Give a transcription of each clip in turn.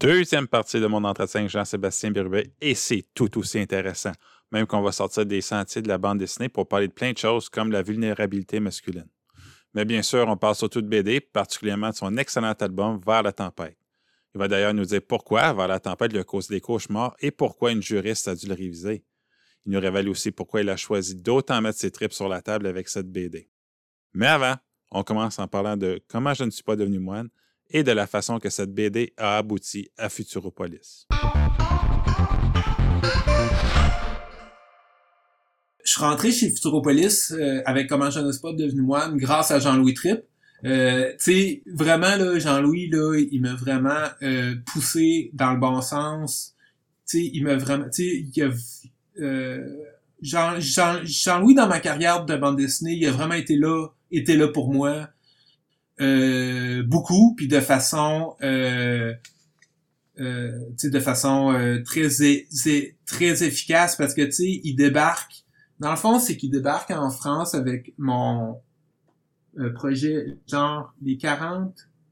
deuxième partie de mon entretien avec Jean-Sébastien Bérubé et c'est tout aussi intéressant. Même qu'on va sortir des sentiers de la bande dessinée pour parler de plein de choses comme la vulnérabilité masculine. Mais bien sûr, on parle surtout de BD, particulièrement de son excellent album Vers la tempête. Il va d'ailleurs nous dire pourquoi Vers la tempête lui a causé des cauchemars et pourquoi une juriste a dû le réviser. Il nous révèle aussi pourquoi il a choisi d'autant mettre ses tripes sur la table avec cette BD. Mais avant, on commence en parlant de comment je ne suis pas devenu moine et de la façon que cette BD a abouti à Futuropolis. Je suis rentré chez Futuropolis avec Comment je ne suis pas devenu moine grâce à Jean-Louis Tripp. Tu sais, vraiment, là, Jean-Louis, là, il m'a vraiment poussé dans le bon sens. Tu sais, il m'a vraiment... Tu sais, Jean-Louis, dans ma carrière de bande dessinée, il a vraiment été là pour moi. Beaucoup, puis de façon... tu sais, de façon très efficace, parce que, tu sais, il débarque... Dans le fond, c'est qu'il débarque en France avec mon projet, genre les 40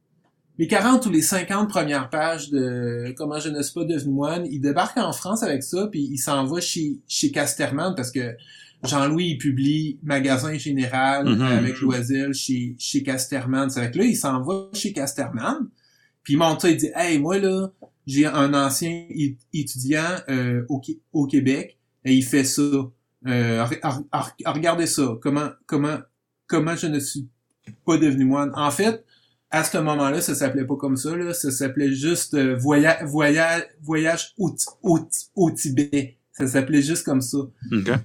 ou les 50 premières pages de Comment je ne suis pas devenu moine. Il débarque en France avec ça, puis il s'en va chez Casterman, parce que Jean-Louis, il publie Magasin Général avec Loisel chez Casterman. C'est avec là, il s'en va chez Casterman, puis il monte ça, il dit « Hey, moi, là, j'ai un ancien étudiant au Québec, et il fait ça. Regardez ça. Comment je ne suis pas devenu moine. » En fait, à ce moment-là, ça s'appelait pas comme ça, là. Ça s'appelait juste voyage au Tibet. Ça s'appelait juste comme ça. Okay.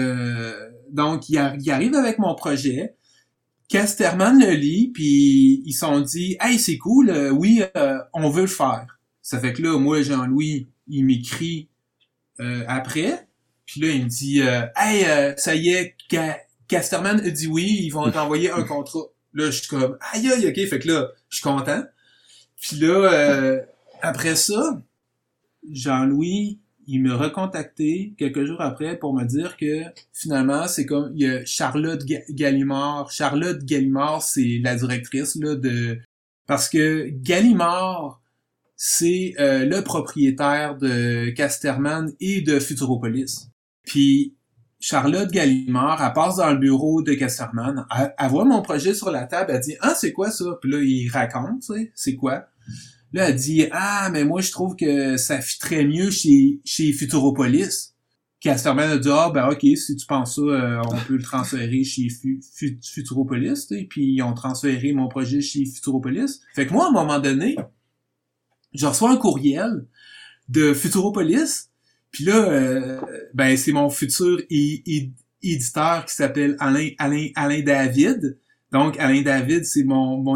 Donc, il arrive avec mon projet. Casterman le lit, puis ils se sont dit « Hey, c'est cool, oui, on veut le faire. » Ça fait que là, moi, Jean-Louis, il m'écrit après. Puis là, il me dit « Hey, ça y est, Casterman a dit oui, ils vont t'envoyer un contrat. » Là, je suis comme « Aïe, aïe, ok. » Fait que là, je suis content. Puis là, après ça, Jean-Louis, il m'a recontacté quelques jours après pour me dire que finalement, c'est comme il y a Charlotte Gallimard. Charlotte Gallimard, c'est la directrice là de... Parce que Gallimard, c'est le propriétaire de Casterman et de Futuropolis. Puis Charlotte Gallimard, elle passe dans le bureau de Casterman, elle voit mon projet sur la table, elle dit « Ah, c'est quoi ça? » Puis là, il raconte, tu sais, c'est quoi? Là, elle dit « Ah, mais moi, je trouve que ça fitterait mieux chez Futuropolis. » Casterman a dit « Ah, ben ok, si tu penses ça, on peut le transférer chez Futuropolis. » Puis ils ont transféré mon projet chez Futuropolis. Fait que moi, à un moment donné, je reçois un courriel de Futuropolis. Puis là, ben c'est mon futur éditeur qui s'appelle Alain David. Donc Alain David, c'est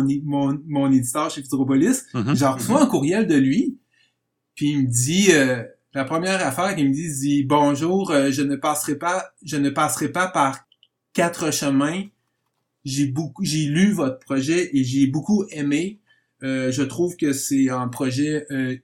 mon éditeur chez Futuropolis. J'ai reçu un courriel de lui. Puis il me dit la première affaire qu'il me dit, il dit bonjour, je ne passerai pas par 4 chemins. J'ai lu votre projet et j'ai beaucoup aimé. Je trouve que c'est un projet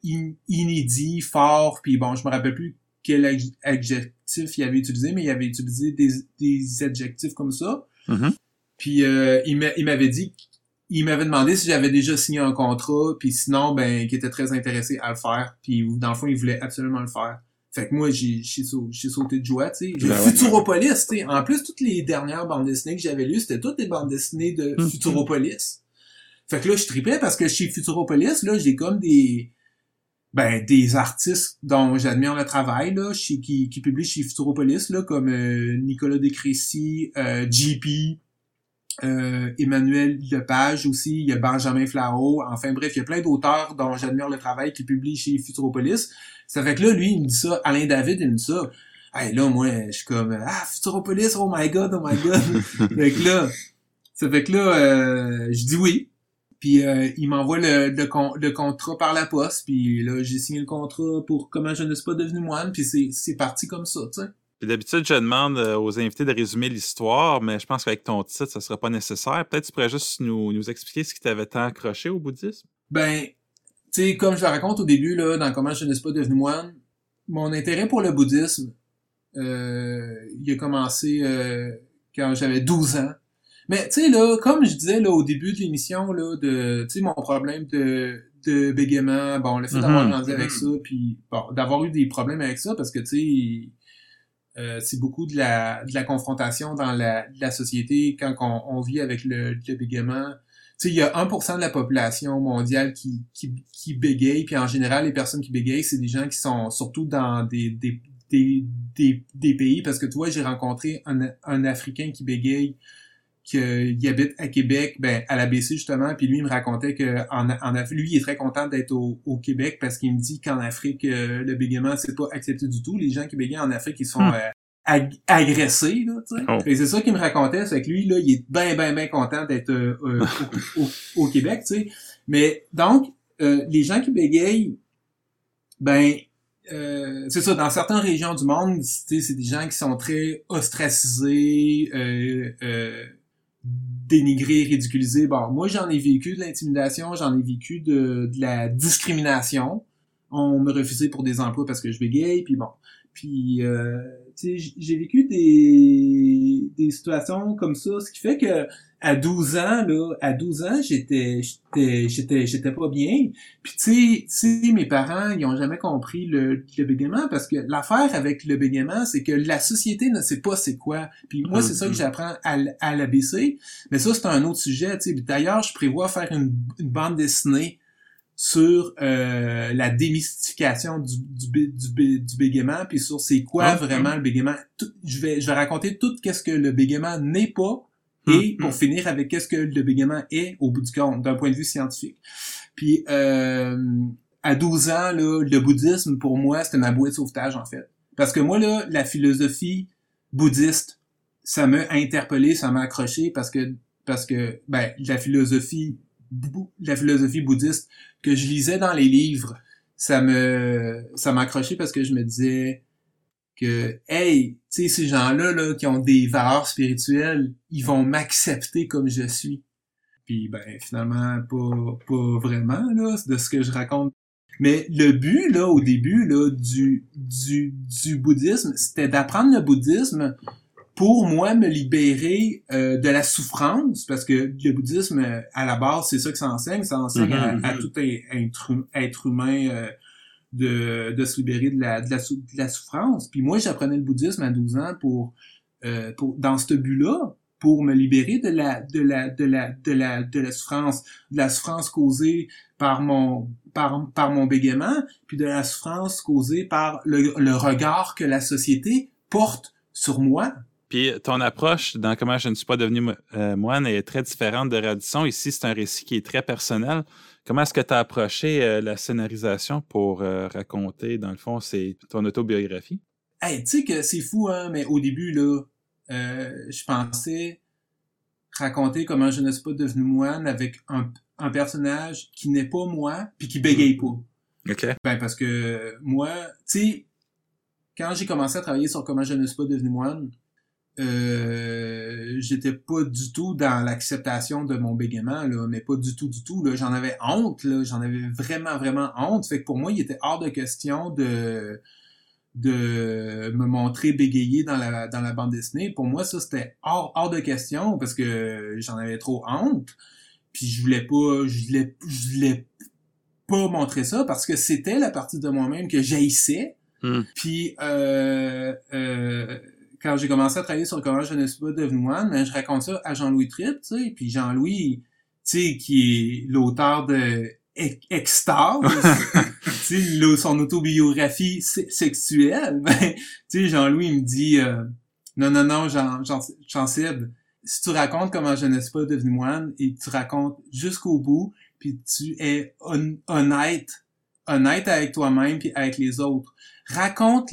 inédit, fort, puis bon, je me rappelle plus quel adjectif il avait utilisé, mais il avait utilisé des adjectifs comme ça. Puis il m'avait demandé si j'avais déjà signé un contrat, puis sinon, ben, qu'il était très intéressé à le faire, puis dans le fond, il voulait absolument le faire. Fait que moi, j'ai sauté de joie, tu sais. Futuropolis, tu sais. En plus, toutes les dernières bandes dessinées que j'avais lues, c'était toutes des bandes dessinées de Futuropolis. Fait que là, je tripais parce que chez Futuropolis, là, j'ai comme des artistes dont j'admire le travail, là, qui publient chez Futuropolis, là, comme Nicolas Descrécy, JP, Emmanuel Lepage aussi, il y a Benjamin Flao, enfin bref, il y a plein d'auteurs dont j'admire le travail qui publient chez Futuropolis. Ça fait que là, lui, il me dit ça, Alain David, il me dit ça. Hey, là, moi, je suis comme, Futuropolis, oh my god. Fait que là, je dis oui. Puis il m'envoie le contrat par la poste, puis là, j'ai signé le contrat pour Comment je ne suis pas devenu moine, puis c'est parti comme ça, tu sais. Puis d'habitude, je demande aux invités de résumer l'histoire, mais je pense qu'avec ton titre, ça sera pas nécessaire. Peut-être tu pourrais juste nous expliquer ce qui t'avait tant accroché au bouddhisme? Ben, tu sais, comme je le raconte au début, là, dans Comment je ne suis pas devenu moine, mon intérêt pour le bouddhisme, il a commencé quand j'avais 12 ans. Mais tu sais là, comme je disais là au début de l'émission là, tu sais mon problème de bégaiement, bon le fait d'avoir grandi avec ça, puis bon d'avoir eu des problèmes avec ça parce que tu sais c'est beaucoup de la confrontation dans la société quand on vit avec le bégaiement. Tu sais, il y a 1% de la population mondiale qui bégaye, puis en général, les personnes qui bégayent, c'est des gens qui sont surtout dans des pays, parce que tu vois, j'ai rencontré un Africain qui bégaye, il habite à Québec, à l'ABC justement, puis lui, il me racontait que lui, il est très content d'être au Québec parce qu'il me dit qu'en Afrique, le bégaiement, c'est pas accepté du tout. Les gens qui bégayent en Afrique, ils sont agressés, là, tu sais. Oh. Et c'est ça qu'il me racontait, c'est que lui, là, il est bien content d'être au Québec, tu sais. Mais donc, les gens qui bégayent, c'est ça, dans certaines régions du monde, c'est des gens qui sont très ostracisés, dénigrés, ridiculisés. Bon, moi, j'en ai vécu de l'intimidation, j'en ai vécu de la discrimination. On me refusait pour des emplois parce que je bégaye, puis bon. Puis, tu sais, j'ai vécu des situations comme ça, ce qui fait que à 12 ans, j'étais pas bien. Puis tu sais, mes parents, ils ont jamais compris le bégaiement parce que l'affaire avec le bégaiement, c'est que la société ne sait pas c'est quoi. Puis moi, c'est ça que j'apprends à l'ABC. Mais ça, c'est un autre sujet, tu sais. D'ailleurs, je prévois faire une bande dessinée sur la démystification du bégaiement, puis sur c'est quoi vraiment le bégaiement. Je vais raconter tout qu'est-ce que le bégaiement n'est pas, et pour finir avec qu'est-ce que le bégaiement est au bout du compte, d'un point de vue scientifique. Puis à 12 ans, là, le bouddhisme, pour moi, c'était ma bouée de sauvetage, en fait. Parce que moi, là, la philosophie bouddhiste, ça m'a interpellé, ça m'a accroché, parce que la philosophie bouddhiste que je lisais dans les livres, ça m'a accroché parce que je me disais que, hey, tu sais, ces gens-là, là, qui ont des valeurs spirituelles, ils vont m'accepter comme je suis. Puis, finalement, pas vraiment, là, de ce que je raconte. Mais le but, là, au début, là, du bouddhisme, c'était d'apprendre le bouddhisme pour moi me libérer de la souffrance, parce que le bouddhisme, à la base, c'est ça que ça enseigne à tout être humain de se libérer de la souffrance. Puis moi, j'apprenais le bouddhisme à 12 ans pour dans ce but-là, pour me libérer de la souffrance causée par mon bégaiement, puis de la souffrance causée par le regard que la société porte sur moi. Puis ton approche dans Comment je ne suis pas devenu moine est très différente de Radisson. Ici, c'est un récit qui est très personnel. Comment est-ce que tu as approché la scénarisation pour raconter, dans le fond, c'est ton autobiographie? Hey, tu sais que c'est fou, hein, mais au début, là, je pensais raconter Comment je ne suis pas devenu moine avec un personnage qui n'est pas moi, puis qui bégaye pas. OK. Parce que moi, tu sais, quand j'ai commencé à travailler sur Comment je ne suis pas devenu moine, j'étais pas du tout dans l'acceptation de mon bégaiement, là, mais pas du tout, là. J'en avais honte, là. J'en avais vraiment honte. Fait que pour moi, il était hors de question de me montrer bégayer dans la bande dessinée. Pour moi, ça, c'était hors de question parce que j'en avais trop honte. Puis je voulais pas montrer ça parce que c'était la partie de moi-même que j'haïssais. Puis quand j'ai commencé à travailler sur Comment je ne suis pas devenu moine, je raconte ça à Jean-Louis Tripp, tu sais, puis Jean-Louis, tu sais, qui est l'auteur de Extase, tu sais, son autobiographie sexuelle, tu sais, Jean-Louis me dit non, Jean-Seb, si tu racontes Comment je ne suis pas devenu moine et tu racontes jusqu'au bout, puis tu es honnête avec toi-même puis avec les autres, raconte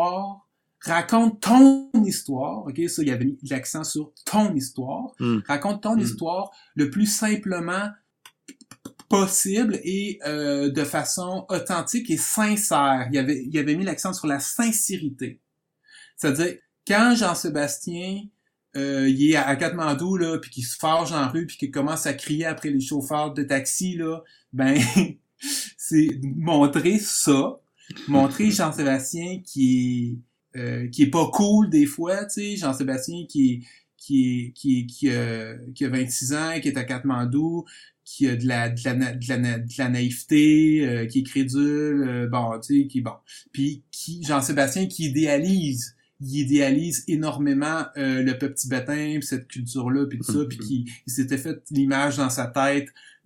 ton histoire, ok, ça, il y avait mis l'accent sur ton histoire. Raconte ton histoire le plus simplement possible et de façon authentique et sincère. Il y avait mis l'accent sur la sincérité. C'est-à-dire, quand Jean-Sébastien il est à Katmandou, là, puis qu'il se fâche en rue, puis qu'il commence à crier après les chauffeurs de taxi, là, c'est montrer Jean-Sébastien qui est pas cool des fois, tu sais, Jean-Sébastien qui qui a 26 ans, qui est à Katmandou, qui a de la naïveté, qui est crédule, bon, tu sais, qui est bon. Puis Jean-Sébastien qui il idéalise énormément le peuple tibétain, pis cette culture-là, puis tout ça, puis il s'était fait l'image dans sa tête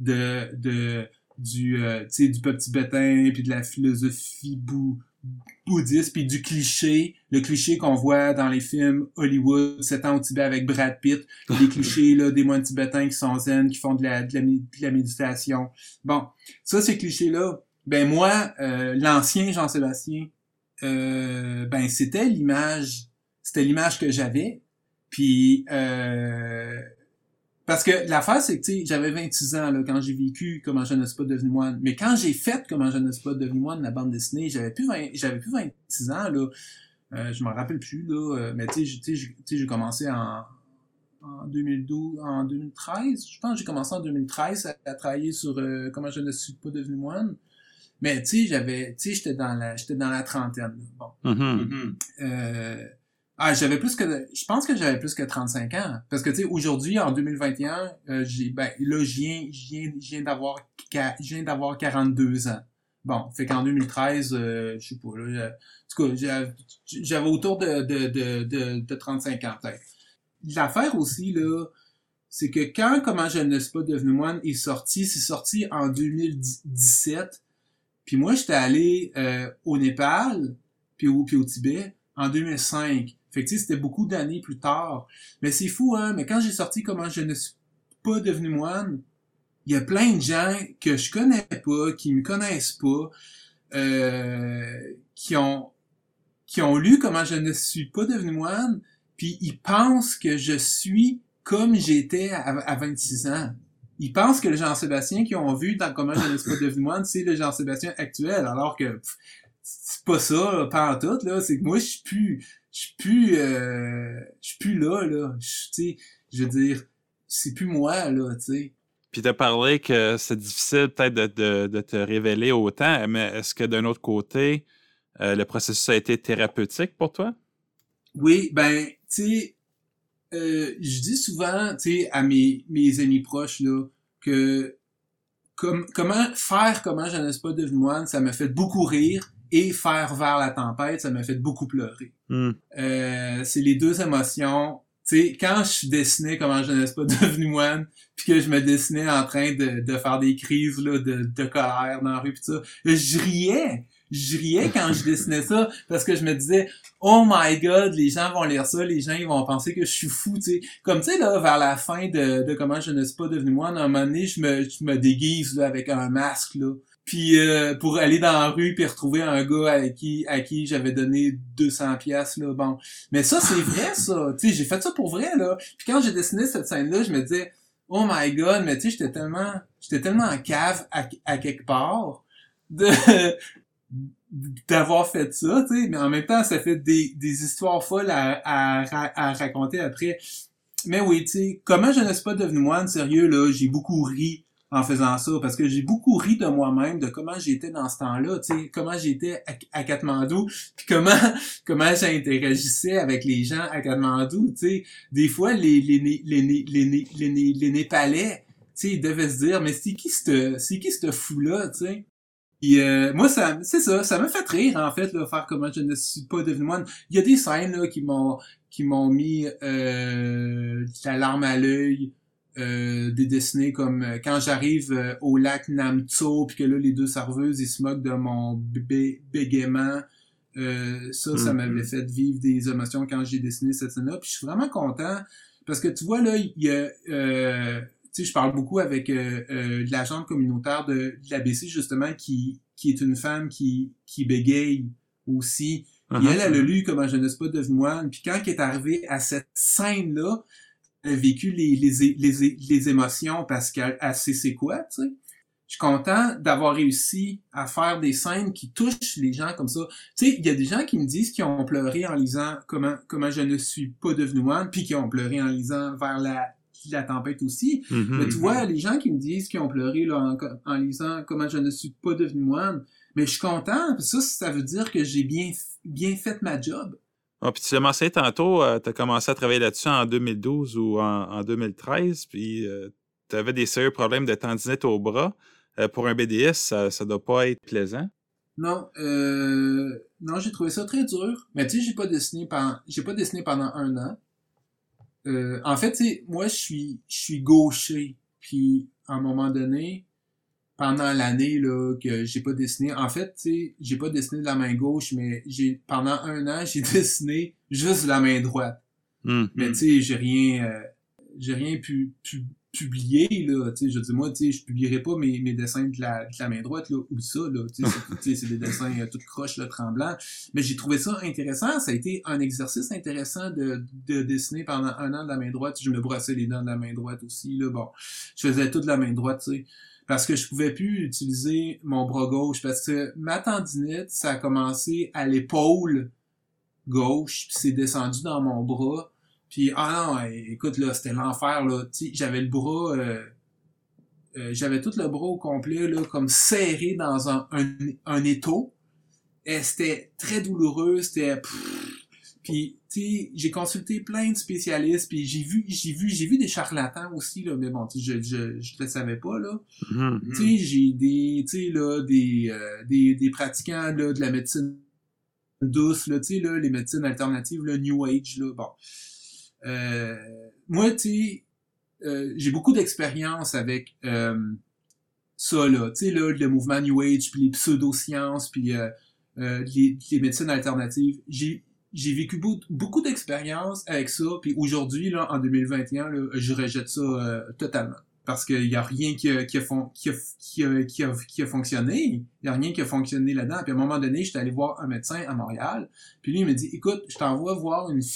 du peuple tibétain, puis de la philosophie bouddhiste, puis du cliché, le cliché qu'on voit dans les films Hollywood, 7 ans au Tibet avec Brad Pitt, les clichés là des moines tibétains qui sont zen, qui font de la méditation. Bon, ça ces clichés-là, ben moi, l'ancien Jean-Sébastien, ben c'était l'image que j'avais. Puis parce que l'affaire, c'est que, tu sais, j'avais 26 ans, là, quand j'ai vécu Comment je ne suis pas devenu moine. Mais quand j'ai fait Comment je ne suis pas devenu moine, la bande dessinée, j'avais plus 26 ans, là. Je m'en rappelle plus, là. Mais tu sais, j'ai commencé en 2013. Je pense que j'ai commencé en 2013 à travailler sur Comment je ne suis pas devenu moine. Mais tu sais, j'étais dans la trentaine, là. Bon. Je pense que j'avais plus que 35 ans. Parce que, tu sais, aujourd'hui, en 2021, je viens d'avoir 42 ans. Bon, fait qu'en 2013, je sais pas, là, en tout cas, j'avais autour de 35 ans, peut-être. L'affaire aussi, là, c'est que quand Comment je ne suis pas devenu moine c'est sorti en 2017. Puis moi, j'étais allé au Népal, puis au Tibet, en 2005. Fait que tu sais, c'était beaucoup d'années plus tard. Mais c'est fou, hein? Mais quand j'ai sorti Comment je ne suis pas devenu moine, il y a plein de gens que je connais pas, qui me connaissent pas, qui ont lu Comment je ne suis pas devenu moine, puis ils pensent que je suis comme j'étais à 26 ans. Ils pensent que le Jean-Sébastien qu'ils ont vu dans Comment je ne suis pas devenu moine, c'est le Jean-Sébastien actuel, alors que c'est pas ça, là, pas en tout, là. C'est que moi, je suis plus là. Tu sais, je veux dire, c'est plus moi, là, tu sais. Puis t'as parlé que c'est difficile peut-être de te révéler autant, mais est-ce que d'un autre côté, le processus a été thérapeutique pour toi? Oui, ben, tu sais, je dis souvent, tu sais, à mes amis proches, là, que comment je ne suis pas devenu moine, ça m'a fait beaucoup rire, et faire Vers la tempête, ça m'a fait beaucoup pleurer. C'est les deux émotions. Tu sais, quand je dessinais Comment je ne suis pas devenu moine, puis que je me dessinais en train de faire des crises là de colère dans la rue pis ça, je riais quand je dessinais ça, parce que je me disais, oh my god, les gens vont lire ça, les gens ils vont penser que je suis fou, tu sais. Comme tu sais là, vers la fin de Comment je ne suis pas devenu moine, à un moment donné, je me déguise là avec un masque là. Puis pour aller dans la rue puis retrouver un gars à qui j'avais donné 200 pièces là, bon. Mais ça c'est vrai ça, tu sais, j'ai fait ça pour vrai là. Puis quand j'ai dessiné cette scène là, je me disais oh my god, mais tu sais j'étais tellement en cave à quelque part d'avoir fait ça, tu sais, mais en même temps ça fait des histoires folles à raconter après. Mais oui, tu sais, Comment je ne suis pas devenu moine, sérieux là, j'ai beaucoup ri en faisant ça, parce que j'ai beaucoup ri de moi-même, de comment j'étais dans ce temps-là, tu sais, comment j'étais à Katmandou, puis comment j'interagissais avec les gens à Katmandou, tu sais. Des fois, les Népalais, tu sais, ils devaient se dire, mais c'est qui ce fou-là, tu sais. Puis moi, ça m'a fait rire, en fait, là, faire Comment je ne suis pas devenu moine. Il y a des scènes, là, qui m'ont mis la larme à l'œil, des dessinées comme quand j'arrive au lac Namtso puis que là les deux serveuses ils se moquent de mon bégaiement, ça m'avait fait vivre des émotions quand j'ai dessiné cette scène-là, puis je suis vraiment content parce que tu vois là il y a tu sais je parle beaucoup avec l'agente communautaire de l'ABC justement qui est une femme qui bégaye aussi. Puis elle a lu Comment je ne suis pas devenu moine, puis quand elle est arrivée à cette scène-là, elle a vécu les émotions parce qu'elle sait c'est quoi, tu sais. Je suis content d'avoir réussi à faire des scènes qui touchent les gens comme ça. Tu sais, il y a des gens qui me disent qu'ils ont pleuré en lisant Comment je ne suis pas devenu moine, puis qui ont pleuré en lisant Vers la tempête aussi. Mais tu vois, les gens qui me disent qu'ils ont pleuré là, en lisant Comment je ne suis pas devenu moine, mais je suis content, parce que ça veut dire que j'ai bien fait ma job. Ah, puis tu l'as mentionné tantôt, tu as commencé à travailler là-dessus en 2012 ou en 2013, puis tu avais des sérieux problèmes de tendinite au bras. Pour un BDS, ça ne doit pas être plaisant. Non, non, j'ai trouvé ça très dur. Mais tu sais, j'ai pas dessiné pendant un an. En fait, tu sais, moi, je suis gaucher. Puis, à un moment donné, pendant l'année, là, que j'ai pas dessiné, en fait, tu sais, j'ai pas dessiné de la main gauche, mais pendant un an, j'ai dessiné juste de la main droite. Mais tu sais, j'ai rien publié, là, tu sais, je dis, moi, tu sais, je publierai pas mes dessins de la main droite, là, ou ça, là, tu sais, c'est des dessins tout croches, là, tremblants. Mais j'ai trouvé ça intéressant, ça a été un exercice intéressant de dessiner pendant un an de la main droite. Je me brossais les dents de la main droite aussi, là, bon, je faisais tout de la main droite, tu sais, parce que je pouvais plus utiliser mon bras gauche, parce que ma tendinite, ça a commencé à l'épaule gauche, puis c'est descendu dans mon bras. Puis, ah non, écoute, là, c'était l'enfer, là. Tu sais, j'avais le bras, j'avais tout le bras au complet, là, comme serré dans un étau. Et c'était très douloureux, c'était... Puis, tu sais, j'ai consulté plein de spécialistes, puis j'ai vu des charlatans aussi, là, mais bon, tu sais, je le savais pas, là. Tu sais, j'ai tu sais, là, des pratiquants, là, de la médecine douce, là, tu sais, là, les médecines alternatives, le New Age, là, bon. Moi, tu sais, j'ai beaucoup d'expérience avec ça, là, tu sais, là, le mouvement New Age, puis les pseudosciences, puis les médecines alternatives. J'ai vécu beaucoup d'expérience avec ça, puis aujourd'hui, là, en 2021, là, je rejette ça totalement. Parce qu'il y a rien qui a fonctionné. Il y a rien qui a fonctionné là-dedans. Puis à un moment donné, j'étais allé voir un médecin à Montréal. Puis lui, il me dit, écoute, je t'envoie voir une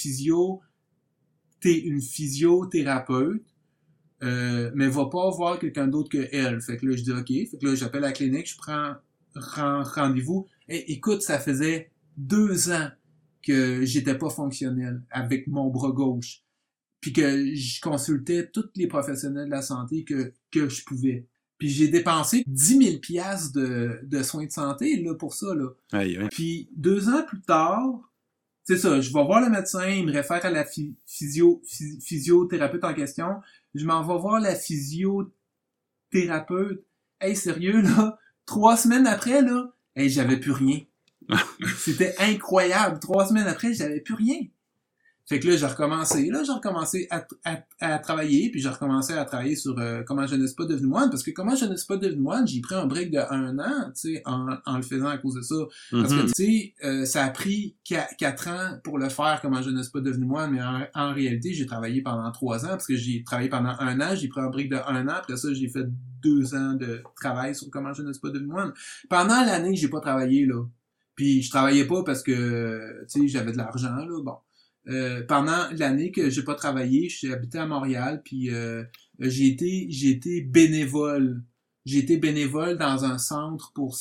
physiothérapeute, mais va pas voir quelqu'un d'autre que elle. Fait que là, je dis OK. Fait que là, j'appelle la clinique, je prends rendez-vous. Et écoute, ça faisait 2 ans que j'étais pas fonctionnel avec mon bras gauche. Puis que je consultais tous les professionnels de la santé que je pouvais. Puis j'ai dépensé 10 000 piastres de soins de santé là, pour ça. Là. Aïe, oui. Puis 2 ans plus tard, c'est ça, je vais voir le médecin, il me réfère à la physiothérapeute en question. Je m'en vais voir la physiothérapeute. Hey, sérieux, là, 3 semaines après, là, hey, j'avais plus rien. C'était incroyable. 3 semaines après, j'avais plus rien. Fait que là, j'ai recommencé à travailler, puis j'ai recommencé à travailler sur comment je ne suis pas devenu moine, parce que comment je ne suis pas devenu moine, j'ai pris un break de 1 an, tu sais, en le faisant à cause de ça. Parce que, tu sais, ça a pris 4 ans pour le faire, comment je ne suis pas devenu moine, mais en réalité, j'ai travaillé pendant 3 ans, parce que j'ai travaillé pendant 1 an, j'ai pris un break de 1 an, après ça, j'ai fait 2 ans de travail sur comment je ne suis pas devenu moine. Pendant l'année, j'ai pas travaillé, là. Puis je travaillais pas parce que, tu sais, j'avais de l'argent, là, bon. Pendant l'année que j'ai pas travaillé, j'ai habité à Montréal, puis j'ai été bénévole. J'ai été bénévole dans un centre pour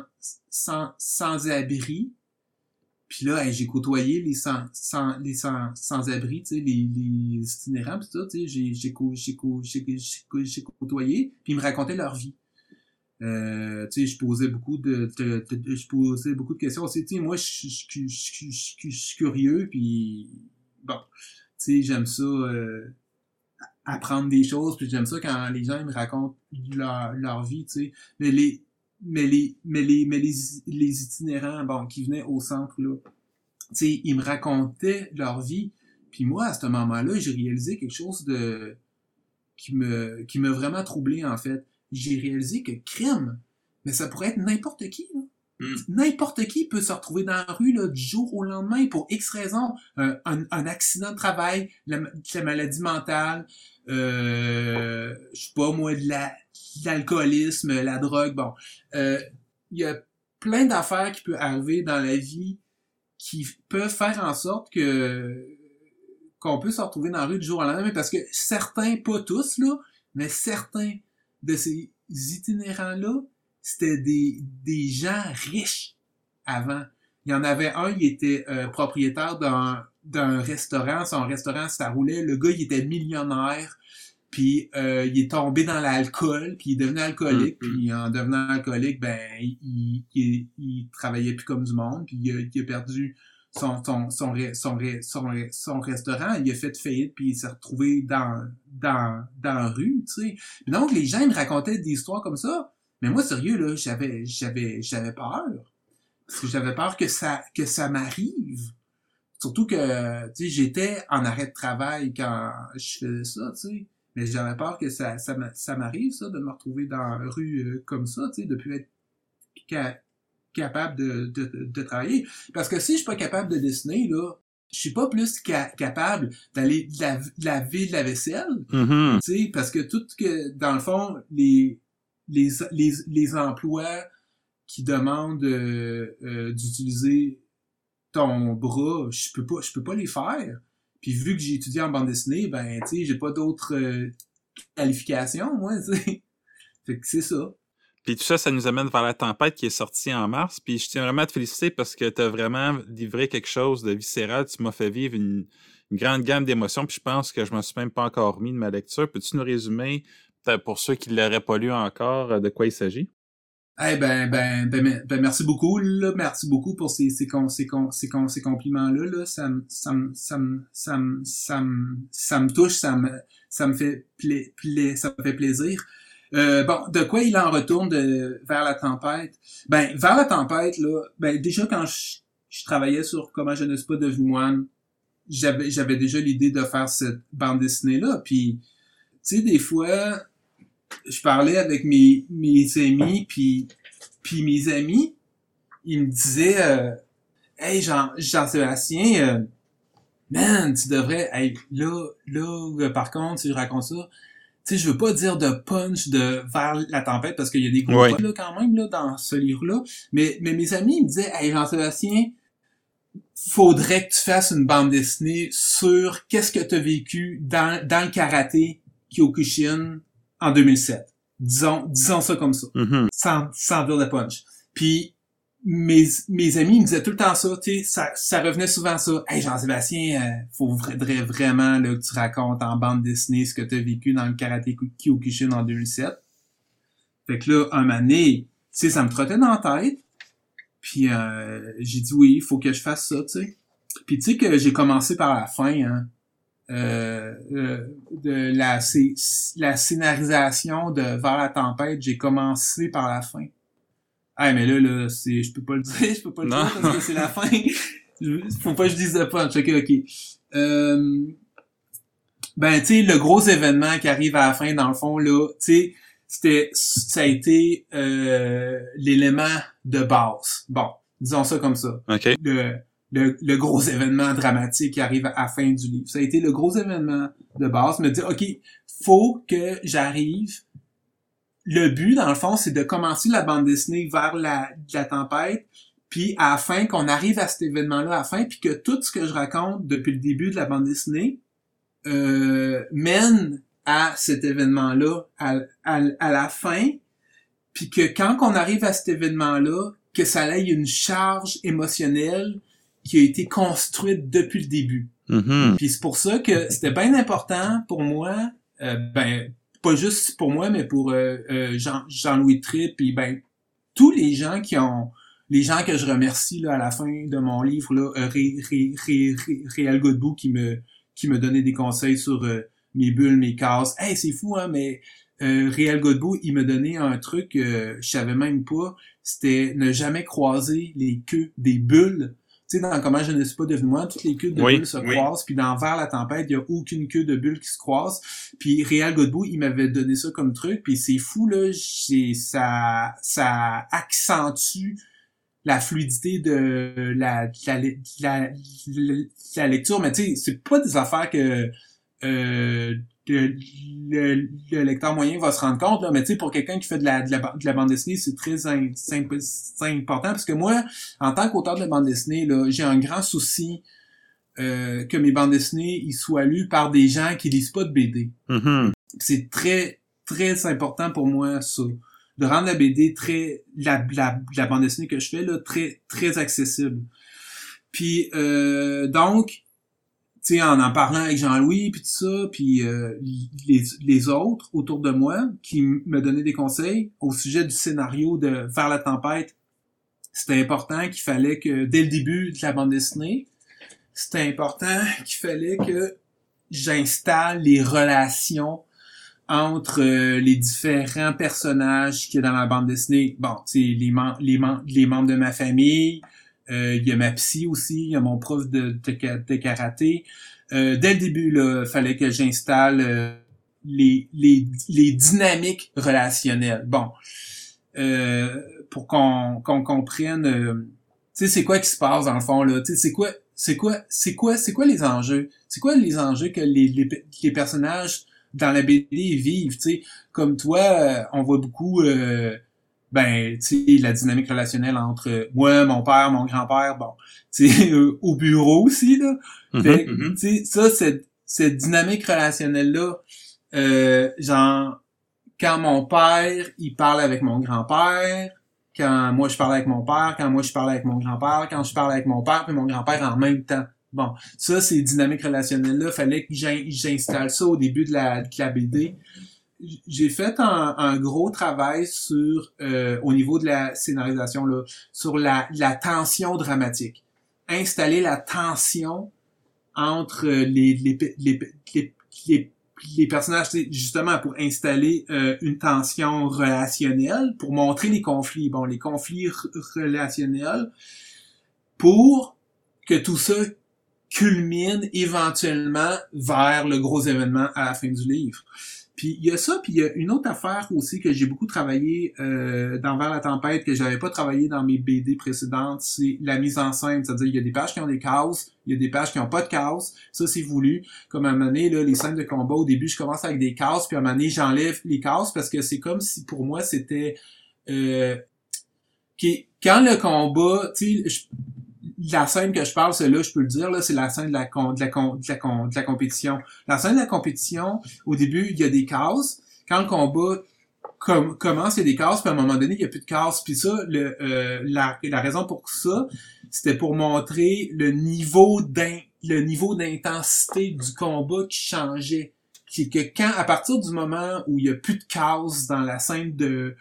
sans-abri. Puis là, j'ai côtoyé les sans-abri, tu sais, les itinérants, pis tout ça, tu sais, j'ai côtoyé, puis ils me racontaient leur vie. Tu sais, je posais beaucoup de questions aussi. Tu sais, moi, je suis curieux, puis bon, tu sais, j'aime ça apprendre des choses, puis j'aime ça quand les gens ils me racontent leur vie, tu sais. Les itinérants, bon, qui venaient au centre là, tu sais, ils me racontaient leur vie, puis moi, à ce moment-là, j'ai réalisé quelque chose qui m'a vraiment troublé en fait. J'ai réalisé que crime, mais ça pourrait être n'importe qui, là. N'importe qui peut se retrouver dans la rue là, du jour au lendemain pour X raisons. Un accident de travail, la maladie mentale, je sais pas moi, l'alcoolisme, la drogue, bon. Il y a plein d'affaires qui peuvent arriver dans la vie qui peuvent faire en sorte qu'on peut se retrouver dans la rue du jour au lendemain, parce que certains, pas tous, là, mais certains de ces itinérants-là, c'était des gens riches avant. Il y en avait un, il était propriétaire d'un restaurant. Son restaurant, ça roulait. Le gars, il était millionnaire. Puis il est tombé dans l'alcool, puis il est devenu alcoolique. Puis en devenant alcoolique, ben il travaillait plus comme du monde. Puis il a perdu son restaurant, il a fait faillite puis il s'est retrouvé dans la rue, tu sais. Donc les gens ils me racontaient des histoires comme ça, mais moi sérieux là, j'avais peur parce que j'avais peur que ça m'arrive. Surtout que tu sais j'étais en arrêt de travail quand je faisais ça, tu sais. Mais j'avais peur que ça m'arrive ça de me retrouver dans la rue comme ça, tu sais, de plus être capable de travailler. Parce que si je suis pas capable de dessiner, là, je suis pas plus capable d'aller laver de la vaisselle. Mm-hmm. Tu sais, parce que tout que, dans le fond, les emplois qui demandent d'utiliser ton bras, je peux pas les faire. Puis vu que j'ai étudié en bande dessinée, ben, tu sais, j'ai pas d'autres qualifications, moi, tu sais. Fait que c'est ça. Puis tout ça, ça nous amène vers La Tempête qui est sortie en mars. Puis je tiens vraiment à te féliciter parce que tu as vraiment livré quelque chose de viscéral. Tu m'as fait vivre une grande gamme d'émotions. Puis je pense que je m'en suis même pas encore remis de ma lecture. Peux-tu nous résumer, pour ceux qui ne l'auraient pas lu encore, de quoi il s'agit? Eh ben, merci beaucoup, là. Merci beaucoup pour ces compliments-là, là. Ça me touche, ça me fait ça me fait plaisir. Bon, de quoi il en retourne vers la tempête? Ben, vers la tempête, là, ben, déjà quand je travaillais sur Comment je ne suis pas devenu moine, j'avais déjà l'idée de faire cette bande dessinée-là. Puis, tu sais, des fois, je parlais avec mes amis, puis mes amis, ils me disaient hey, Jean-Sébastien, man, tu devrais, hey, là, par contre, si je raconte ça, tu sais, je veux pas dire de punch vers la tempête, parce qu'il y a des gros punch, là, quand même, là, dans ce livre-là, mais mes amis, ils me disaient, hey, Jean-Sébastien, faudrait que tu fasses une bande dessinée sur qu'est-ce que t'as vécu dans le karaté Kyokushin en 2007. Disons ça comme ça. Mm-hmm. Sans dire de punch. Puis, mes amis, ils me disaient tout le temps ça, tu sais, ça revenait souvent ça. Hey, Jean-Sébastien, faudrait vraiment, là, que tu racontes en bande dessinée ce que t'as vécu dans le karaté Kyokushin en 2007. Fait que là, un moment donné, tu sais, ça me trottait dans la tête. Puis, j'ai dit oui, il faut que je fasse ça, tu sais. Puis, tu sais que j'ai commencé par la fin, hein. De la scénarisation de Vers la tempête, j'ai commencé par la fin. Ah mais là je peux pas le dire, parce que c'est la fin. Faut pas que je dise de punch. OK. Ben tu sais le gros événement qui arrive à la fin dans le fond là, tu sais ça a été l'élément de base. Bon, disons ça comme ça. OK. Le gros événement dramatique qui arrive à la fin du livre. Ça a été le gros événement de base. Me dire, OK, faut que j'arrive. Le but, dans le fond, c'est de commencer la bande dessinée vers la tempête, puis à la fin, qu'on arrive à cet événement-là à la fin, puis que tout ce que je raconte depuis le début de la bande dessinée mène à cet événement-là à la fin, puis que quand on arrive à cet événement-là, que ça ait une charge émotionnelle qui a été construite depuis le début. Mm-hmm. Puis c'est pour ça que c'était bien important pour moi, pas juste pour moi, mais pour Jean-Louis Tripp, puis ben tous les gens que je remercie là à la fin de mon livre là, Réal Godbout qui me donnait des conseils sur mes bulles, mes cases. Hey, c'est fou hein, mais Réal Godbout, il me donnait un truc je savais même pas, c'était ne jamais croiser les queues des bulles. Tu sais, dans Comment je ne suis pas devenu moine, toutes les queues de bulles se croisent, puis dans Vers la tempête, il y a aucune queue de bulle qui se croise. Puis Réal Godbout, il m'avait donné ça comme truc, puis c'est fou, là, ça accentue la fluidité de la lecture, mais tu sais, c'est pas des affaires que le lecteur moyen va se rendre compte, là, mais tu sais, pour quelqu'un qui fait de la bande dessinée, c'est très important, parce que moi, en tant qu'auteur de bande dessinée, là, j'ai un grand souci que mes bandes dessinées ils soient lues par des gens qui lisent pas de BD. Mm-hmm. C'est très, très important pour moi, ça. De rendre la BD la bande dessinée que je fais, là, très, très accessible. Puis, donc, tu sais, en parlant avec Jean-Louis, puis tout ça, puis les autres autour de moi qui me donnaient des conseils au sujet du scénario de Vers la tempête, C'était important qu'il fallait que, dès le début de la bande dessinée, c'était important qu'il fallait que j'installe les relations entre les différents personnages qu'il y a dans ma bande dessinée. Bon, tu sais, les membres de ma famille, il y a ma psy aussi, il y a mon prof de karaté. Dès le début, là, fallait que j'installe les dynamiques relationnelles. Bon, pour qu'on comprenne, tu sais, c'est quoi qui se passe dans le fond là. Tu sais, c'est quoi les enjeux? C'est quoi les enjeux que les personnages dans la BD vivent, tu sais? Comme toi, on voit beaucoup, ben, tu sais, la dynamique relationnelle entre moi, mon père, mon grand-père, bon, tu sais, au bureau aussi, là. Fait, tu sais, ça, cette dynamique relationnelle-là, genre, quand mon père, il parle avec mon grand-père, quand moi je parle avec mon père, quand moi je parle avec mon grand-père, quand je parle avec mon père puis mon grand-père en même temps. Bon, ça, ces dynamiques relationnelles-là, fallait que j'installe ça au début de la BD. J'ai fait un gros travail sur, au niveau de la scénarisation, là, sur la tension dramatique. Installer la tension entre les personnages, justement pour installer une tension relationnelle, pour montrer les conflits, bon, les conflits relationnels, pour que tout ça culmine éventuellement vers le gros événement à la fin du livre. Puis il y a ça, puis il y a une autre affaire aussi que j'ai beaucoup travaillé dans Vers la tempête, que j'avais pas travaillé dans mes BD précédentes, c'est la mise en scène. C'est-à-dire, il y a des pages qui ont des cases, il y a des pages qui ont pas de cases. Ça, c'est voulu. Comme à un moment donné, là, les scènes de combat, au début, je commence avec des cases, puis à un moment donné, j'enlève les cases parce que c'est comme si, pour moi, c'était... quand le combat, tu sais, la scène que je parle, celle-là, je peux le dire, là, c'est la scène de la compétition. La scène de la compétition, au début, il y a des cases. Quand le combat commence, il y a des cases, puis à un moment donné, il y a plus de cases. Puis ça, la raison pour ça, c'était pour montrer le niveau d'intensité du combat qui changeait. C'est que à partir du moment où il y a plus de cases dans la scène de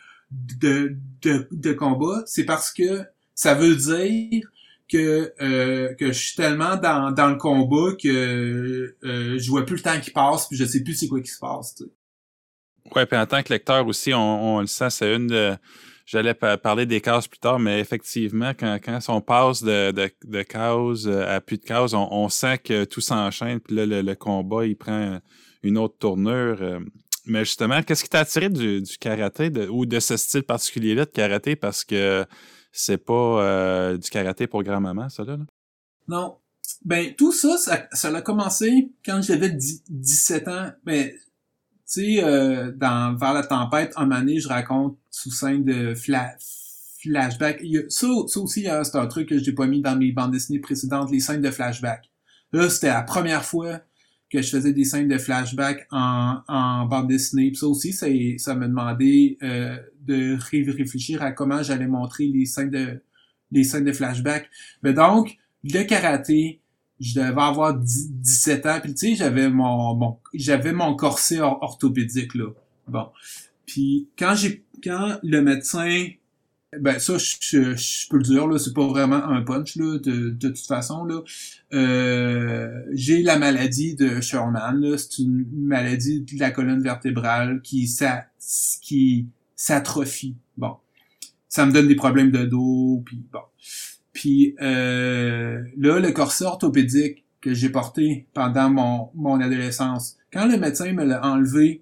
combat, c'est parce que ça veut dire que je suis tellement dans le combat que je vois plus le temps qui passe puis je sais plus c'est quoi qui se passe, tu sais. Ouais, puis en tant que lecteur aussi, on le sent, c'est une de... J'allais parler des cases plus tard, mais effectivement, quand on passe de cases à plus de cases, on sent que tout s'enchaîne, puis là, le combat, il prend une autre tournure. Mais justement, qu'est-ce qui t'a attiré du karaté ou de ce style particulier-là de karaté? Parce que c'est pas du karaté pour grand-maman, ça, là? Non. Ben, tout ça, ça a commencé quand j'avais 17 ans. Ben, tu sais, dans Vers la tempête, un moment donné, je raconte sous scène de flashback. Ça aussi, c'est un truc que j'ai pas mis dans mes bandes dessinées précédentes, les scènes de flashback. Là, c'était la première fois que je faisais des scènes de flashback en bande dessinée. Puis ça aussi, ça m'a demandé de réfléchir à comment j'allais montrer les scènes de flashback. Mais donc, le karaté, je devais avoir 17 ans, puis tu sais, j'avais mon corset orthopédique, là. Bon. Puis quand le médecin, ben ça, je peux le dire, là, c'est pas vraiment un punch, là, de toute façon, là. J'ai la maladie de Sherman, là. C'est une maladie de la colonne vertébrale qui s'atrophie. Bon. Ça me donne des problèmes de dos, puis bon. Puis là, le corset orthopédique que j'ai porté pendant mon adolescence, quand le médecin me l'a enlevé,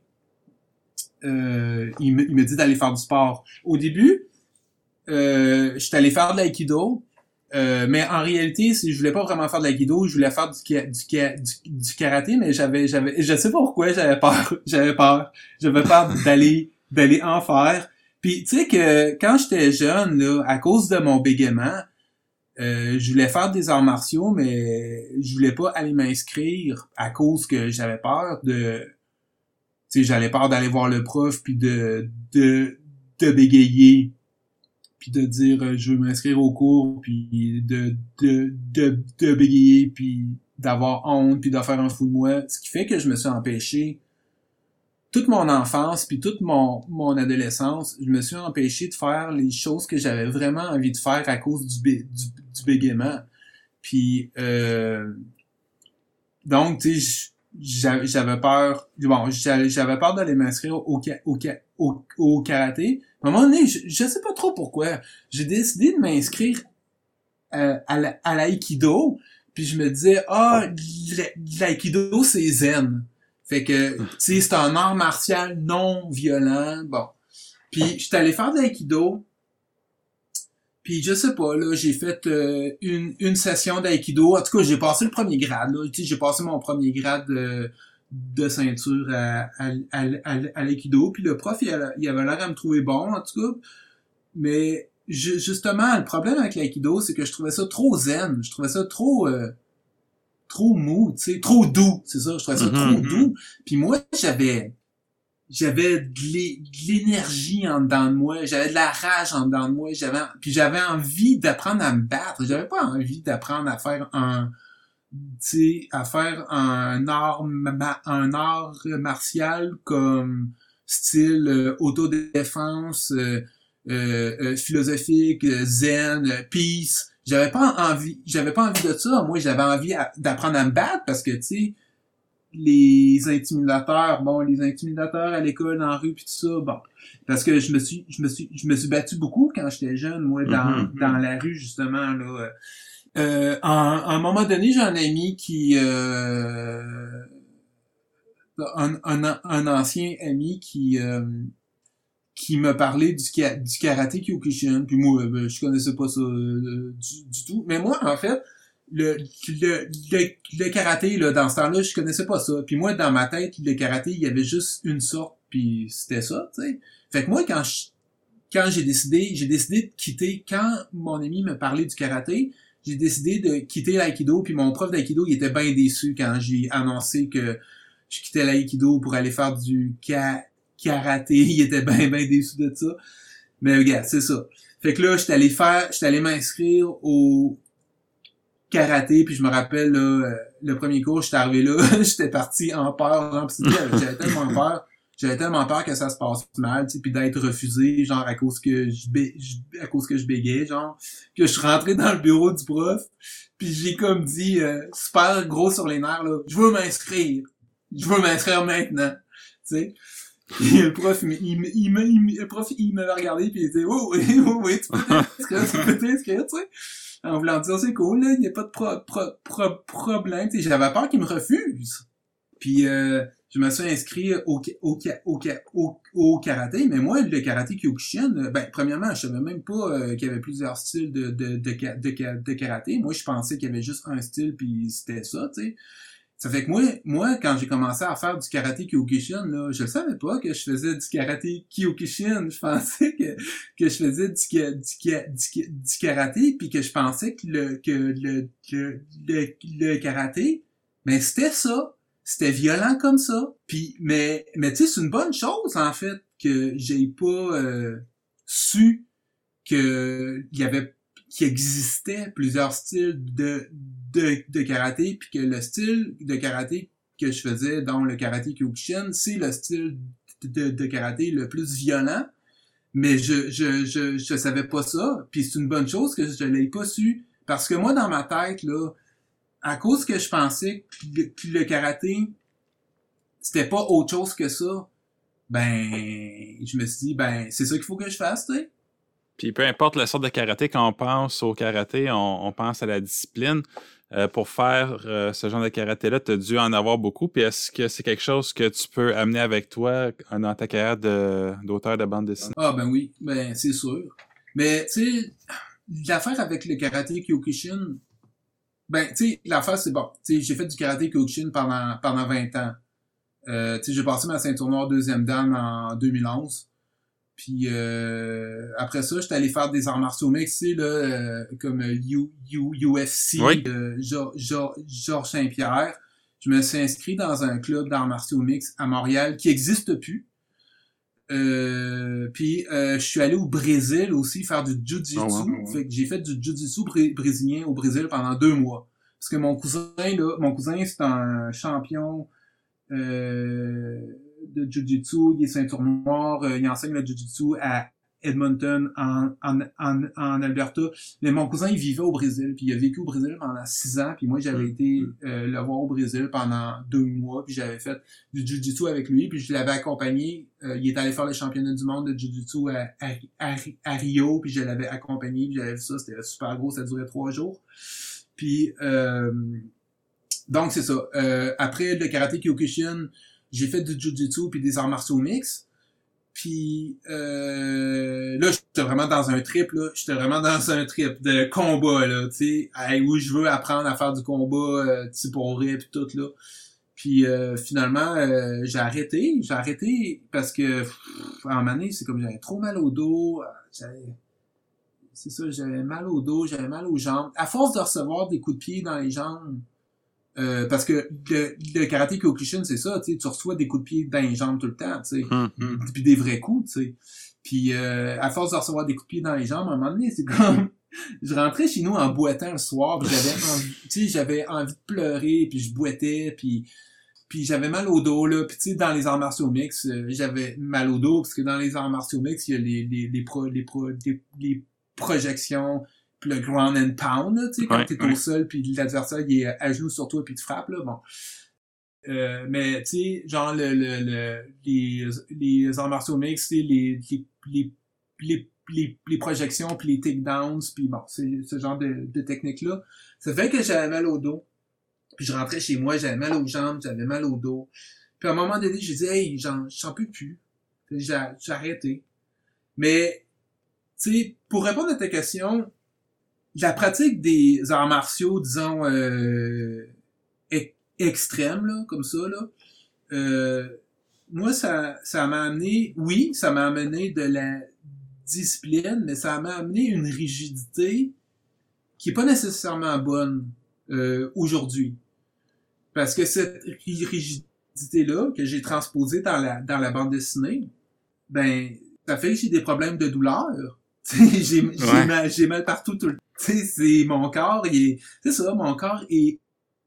il me dit d'aller faire du sport. Au début, j'étais allé faire de l'aïkido, mais en réalité, je voulais pas vraiment faire de l'aïkido, je voulais faire du karaté, mais je sais pas pourquoi j'avais peur d'aller en faire. Puis tu sais que quand j'étais jeune, là, à cause de mon bégaiement, je voulais faire des arts martiaux, mais je voulais pas aller m'inscrire à cause que j'avais peur de... Tu sais, j'avais peur d'aller voir le prof puis de bégayer puis de dire je veux m'inscrire au cours puis de bégayer puis d'avoir honte puis de faire un fou de moi. Ce qui fait que je me suis empêché toute mon enfance puis toute mon adolescence, je me suis empêché de faire les choses que j'avais vraiment envie de faire à cause du bégaiement. Puis donc tu sais j'avais peur j'avais peur d'aller m'inscrire au karaté. À un moment donné, je sais pas trop pourquoi, j'ai décidé de m'inscrire à l'aïkido, puis je me disais l'aïkido c'est zen. Fait que tu sais c'est un art martial non violent. Bon. Puis j'étais allé faire de l'aïkido. Puis je sais pas, là, j'ai fait une session d'aïkido. En tout cas, j'ai passé le premier grade, là. Tu sais, j'ai passé mon premier grade de ceinture à l'aïkido. Puis le prof, il avait l'air à me trouver bon, en tout cas. Mais justement, le problème avec l'aïkido, c'est que je trouvais ça trop zen. Je trouvais ça trop mou, tu sais, trop doux, c'est ça. Je trouvais ça trop doux. Puis moi, j'avais de l'énergie en dedans de moi, j'avais de la rage en dedans de moi, j'avais envie d'apprendre à me battre, j'avais pas envie d'apprendre à faire un art martial comme style autodéfense, philosophique, zen, peace. J'avais pas envie de ça. Moi, j'avais envie d'apprendre à me battre parce que tu sais les intimidateurs à l'école, dans la rue pis tout ça, bon. Parce que je me suis battu beaucoup quand j'étais jeune, moi, dans la rue, justement, là. À un moment donné, j'ai un ami un ancien ami qui m'a parlé du karaté Kyokushin, puis moi, je connaissais pas ça du tout. Mais moi, en fait, le karaté, là, dans ce temps-là, je connaissais pas ça. Puis moi, dans ma tête, le karaté, il y avait juste une sorte, puis c'était ça, tu sais. Fait que moi, quand j'ai décidé de quitter, quand mon ami me parlait du karaté, j'ai décidé de quitter l'aïkido, puis mon prof d'aïkido, il était bien déçu quand j'ai annoncé que je quittais l'aïkido pour aller faire du karaté. Il était bien déçu de ça. Mais regarde, c'est ça. Fait que là, j'étais allé m'inscrire au karaté, puis je me rappelle, là, le premier cours, j'étais arrivé là, j'étais parti en peur, genre, j'avais tellement peur que ça se passe mal, tu sais, puis d'être refusé, genre, à cause que je bégayais, genre, que je suis rentré dans le bureau du prof, puis j'ai comme dit, super gros sur les nerfs, là, je veux m'inscrire maintenant, tu sais. Et le prof, il m'avait regardé, puis il disait, oh, oui, tu peux t'inscrire, tu sais. En voulant dire, c'est cool, là, il n'y a pas de problème. T'sais, j'avais peur qu'il me refuse. Puis je me suis inscrit au karaté, mais moi, le karaté Kyokushin, premièrement, je savais même pas qu'il y avait plusieurs styles de karaté. Moi, je pensais qu'il y avait juste un style, puis c'était ça, tu sais. Ça fait que moi, quand j'ai commencé à faire du karaté Kyokushin, là, je savais pas que je faisais du karaté Kyokushin. Je pensais que je faisais du karaté, puis que je pensais que le karaté, ben c'était ça. C'était violent comme ça. Puis mais tu sais, c'est une bonne chose en fait que j'ai pas su que qu'il existait plusieurs styles de karaté, puis que le style de karaté que je faisais dans le karaté Kyokushin, c'est le style de karaté le plus violent, mais je savais pas ça, puis c'est une bonne chose que je l'ai pas su, parce que moi, dans ma tête, là, à cause que je pensais que le karaté, c'était pas autre chose que ça, ben, je me suis dit, ben, c'est ça qu'il faut que je fasse, tu sais. Puis peu importe la sorte de karaté, quand on pense au karaté, on pense à la discipline. Pour faire ce genre de karaté-là, tu as dû en avoir beaucoup. Puis est-ce que c'est quelque chose que tu peux amener avec toi dans ta carrière d'auteur de bande dessinée? Ah ben oui, ben c'est sûr. Mais tu sais, l'affaire avec le karaté Kyokushin, ben tu sais, l'affaire c'est bon. Tu sais, j'ai fait du karaté Kyokushin pendant 20 ans. Tu sais, j'ai passé ma ceinture noire deuxième dan en 2011. Puis après ça, j'étais allé faire des arts martiaux mixés là, comme UFC Oui. de Georges Saint-Pierre. Je me suis inscrit dans un club d'arts martiaux mix à Montréal qui existe plus. Puis je suis allé au Brésil aussi faire du jiu-jitsu. Oh, wow. Fait que j'ai fait du jiu-jitsu brésilien au Brésil pendant 2 mois. Parce que mon cousin c'est un champion de Jiu-Jitsu, il est ceinture noire, il enseigne le Jiu-Jitsu à Edmonton, en Alberta. Mais mon cousin, il vivait au Brésil, puis il a vécu au Brésil pendant 6 ans, puis moi, j'avais été le voir au Brésil pendant 2 mois, puis j'avais fait du Jiu-Jitsu avec lui, puis je l'avais accompagné. Il est allé faire le championnat du monde de Jiu-Jitsu à Rio, puis je l'avais accompagné, puis j'avais vu ça, c'était super gros, ça durait 3 jours. Puis, donc, c'est ça. Après le karaté Kyokushin, j'ai fait du Jiu-Jitsu puis des arts martiaux mix. Puis là, j'étais vraiment dans un trip, là. J'étais vraiment dans un trip de combat, là, tu sais, où je veux apprendre à faire du combat, tu sais, pour vrai, puis tout, là. Puis finalement, j'ai arrêté parce que, en un moment donné, c'est comme j'avais trop mal au dos, j'avais mal au dos, j'avais mal aux jambes. À force de recevoir des coups de pied dans les jambes, parce que le karaté Kyokushin, c'est ça, tu sais, tu reçois des coups de pied dans les jambes tout le temps, tu sais, puis des vrais coups, tu sais. Puis à force de recevoir des coups de pied dans les jambes, à un moment donné, c'est comme je rentrais chez nous en boitant le soir, puis j'avais envie de pleurer, puis je boitais, puis j'avais mal au dos, là, puis tu sais, dans les arts martiaux mix, j'avais mal au dos, parce que dans les arts martiaux mix, il y a les projections, puis le ground and pound, là, tu sais, quand t'es au sol, puis l'adversaire, il est à genoux sur toi, puis tu frappes, là, bon. Mais, tu sais, genre, les arts martiaux mix, tu sais, les projections, puis les takedowns, puis bon, c'est ce genre de technique-là. Ça fait que j'avais mal au dos. Puis je rentrais chez moi, j'avais mal aux jambes, j'avais mal au dos. Puis à un moment donné, j'ai dit, hey, j'en peux plus. J'ai arrêté. Mais, tu sais, pour répondre à ta question, la pratique des arts martiaux, disons, extrêmes, là, comme ça, là, moi, ça m'a amené, oui, ça m'a amené de la discipline, mais ça m'a amené une rigidité qui est pas nécessairement bonne aujourd'hui. Parce que cette rigidité-là, que j'ai transposée dans la bande dessinée, ben, ça fait que j'ai des problèmes de douleur. j'ai mal partout tout le temps. C'est mon corps, c'est ça, mon corps est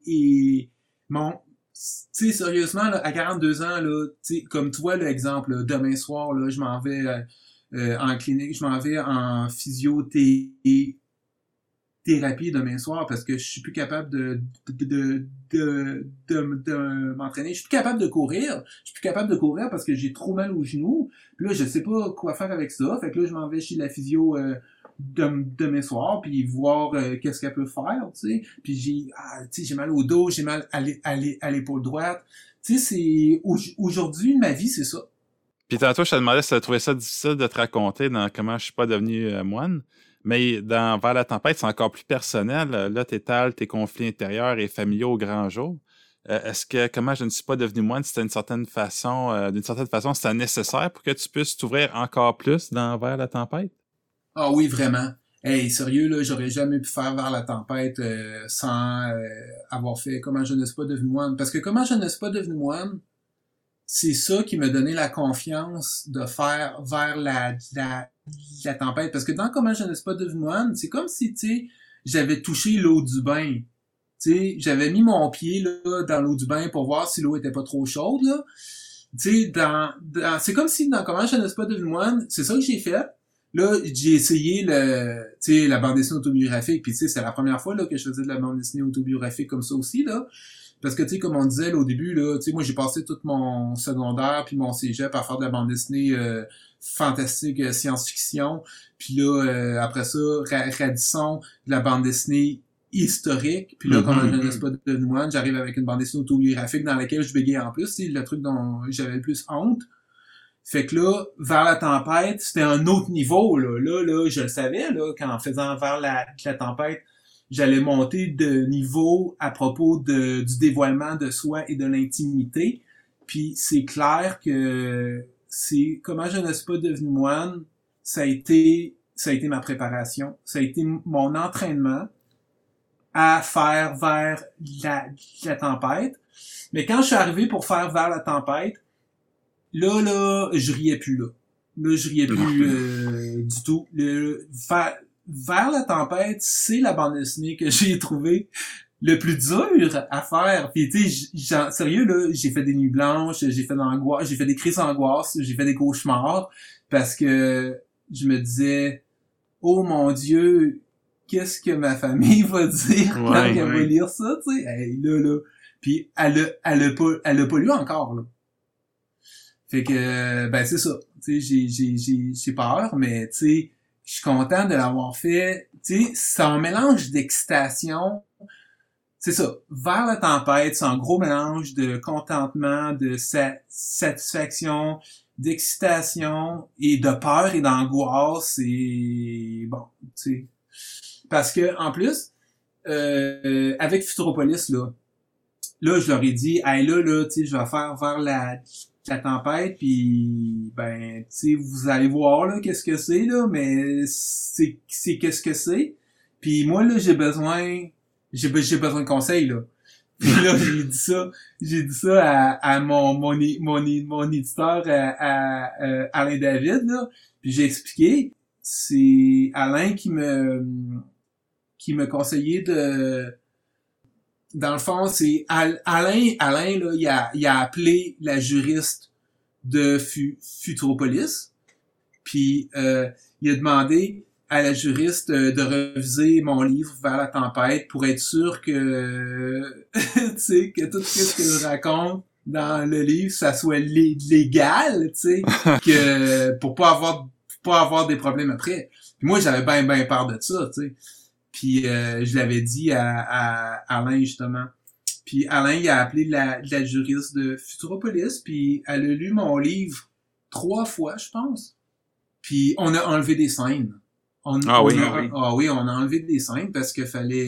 tu sais, sérieusement, là, à 42 ans, là, tu sais, comme tu vois l'exemple, là, demain soir, là, je m'en vais en clinique, je m'en vais en physiothérapie demain soir parce que je suis plus capable de m'entraîner. Je suis plus capable de courir. Je suis plus capable de courir parce que j'ai trop mal aux genoux. Puis là, je sais pas quoi faire avec ça. Fait que là, je m'en vais chez la physio demain soir, puis voir qu'est-ce qu'elle peut faire, tu sais. Puis j'ai mal au dos, j'ai mal à l'épaule droite. Tu sais, c'est aujourd'hui, ma vie, c'est ça. Puis tantôt, je te demandais si tu as trouvé ça difficile de te raconter dans comment je suis pas devenu moine. Mais dans Vers la tempête, c'est encore plus personnel. Là, t'étales tes conflits intérieurs et familiaux au grand jour. Est-ce que comment je ne suis pas devenu moine, c'était d'une certaine façon, c'était nécessaire pour que tu puisses t'ouvrir encore plus dans Vers la tempête? Ah oui, vraiment. Hey, sérieux, là, j'aurais jamais pu faire Vers la tempête sans avoir fait Comment je ne suis pas devenu moine. Parce que Comment je ne suis pas devenu moine, c'est ça qui m'a donné la confiance de faire Vers la tempête. Parce que dans Comment je ne suis pas devenu moine, c'est comme si, tu sais, j'avais touché l'eau du bain. Tu sais, j'avais mis mon pied là dans l'eau du bain pour voir si l'eau était pas trop chaude, là. Tu sais, c'est comme si dans Comment je ne suis pas devenu moine, c'est ça que j'ai fait. Là, j'ai essayé la bande dessinée autobiographique, puis tu sais, c'est la première fois là que je faisais de la bande dessinée autobiographique comme ça aussi, là. Parce que, tu sais, comme on disait là, au début, là, tu sais, moi, j'ai passé tout mon secondaire puis mon cégep à faire de la bande dessinée fantastique, science-fiction. Puis là, après ça, Radisson, de la bande dessinée historique. Puis là, comme je ne suis pas devenu moine, j'arrive avec une bande dessinée autobiographique dans laquelle je bégayais en plus. C'est le truc dont j'avais le plus honte. Fait que là, Vers la tempête, c'était un autre niveau, là. Là, je le savais, là, qu'en faisant Vers la tempête, j'allais monter de niveau à propos du dévoilement de soi et de l'intimité. Puis c'est clair que c'est Comment je ne suis pas devenu moine, ça a été ma préparation, ça a été mon entraînement à faire Vers la tempête. Mais quand je suis arrivé pour faire Vers la tempête, là, je riais plus, là. Là, je riais plus du tout. Vers la tempête, c'est la bande dessinée que j'ai trouvée le plus dur à faire. Puis tu sais, sérieux là, j'ai fait des nuits blanches, j'ai fait de l'angoisse, j'ai fait des crises d'angoisse, j'ai fait des cauchemars parce que je me disais, oh mon Dieu, qu'est-ce que ma famille va dire quand elle va lire ça, tu sais, hey, là. Puis elle a pas lu encore là. Fait que ben c'est ça. Tu sais, j'ai peur, mais tu sais, je suis content de l'avoir fait. Tu sais, c'est un mélange d'excitation. C'est ça. Vers la tempête, c'est un gros mélange de contentement, de satisfaction, d'excitation et de peur et d'angoisse et bon, tu sais. Parce que en plus, avec Futuropolis là je leur ai dit, hey là, tu sais, je vais faire vers la tempête, puis ben, tu sais, vous allez voir là qu'est-ce que c'est là, mais c'est qu'est-ce que c'est. Puis moi là, j'ai besoin de conseils là. Puis là, j'ai dit ça à mon éditeur, à Alain David là. Puis j'ai expliqué, c'est Alain qui me conseillait de, dans le fond, c'est Alain là, il a appelé la juriste de Futuropolis, puis il a demandé à la juriste de reviser mon livre Vers la tempête pour être sûr que tu sais, que tout ce que je raconte dans le livre ça soit légal, tu sais, que pour pas avoir des problèmes après. Puis moi j'avais bien peur de ça, tu sais. Puis je l'avais dit à Alain justement. Puis Alain il a appelé la juriste de Futuropolis, puis elle a lu mon livre 3 fois, je pense. Puis on a enlevé des scènes. On a enlevé des scènes parce que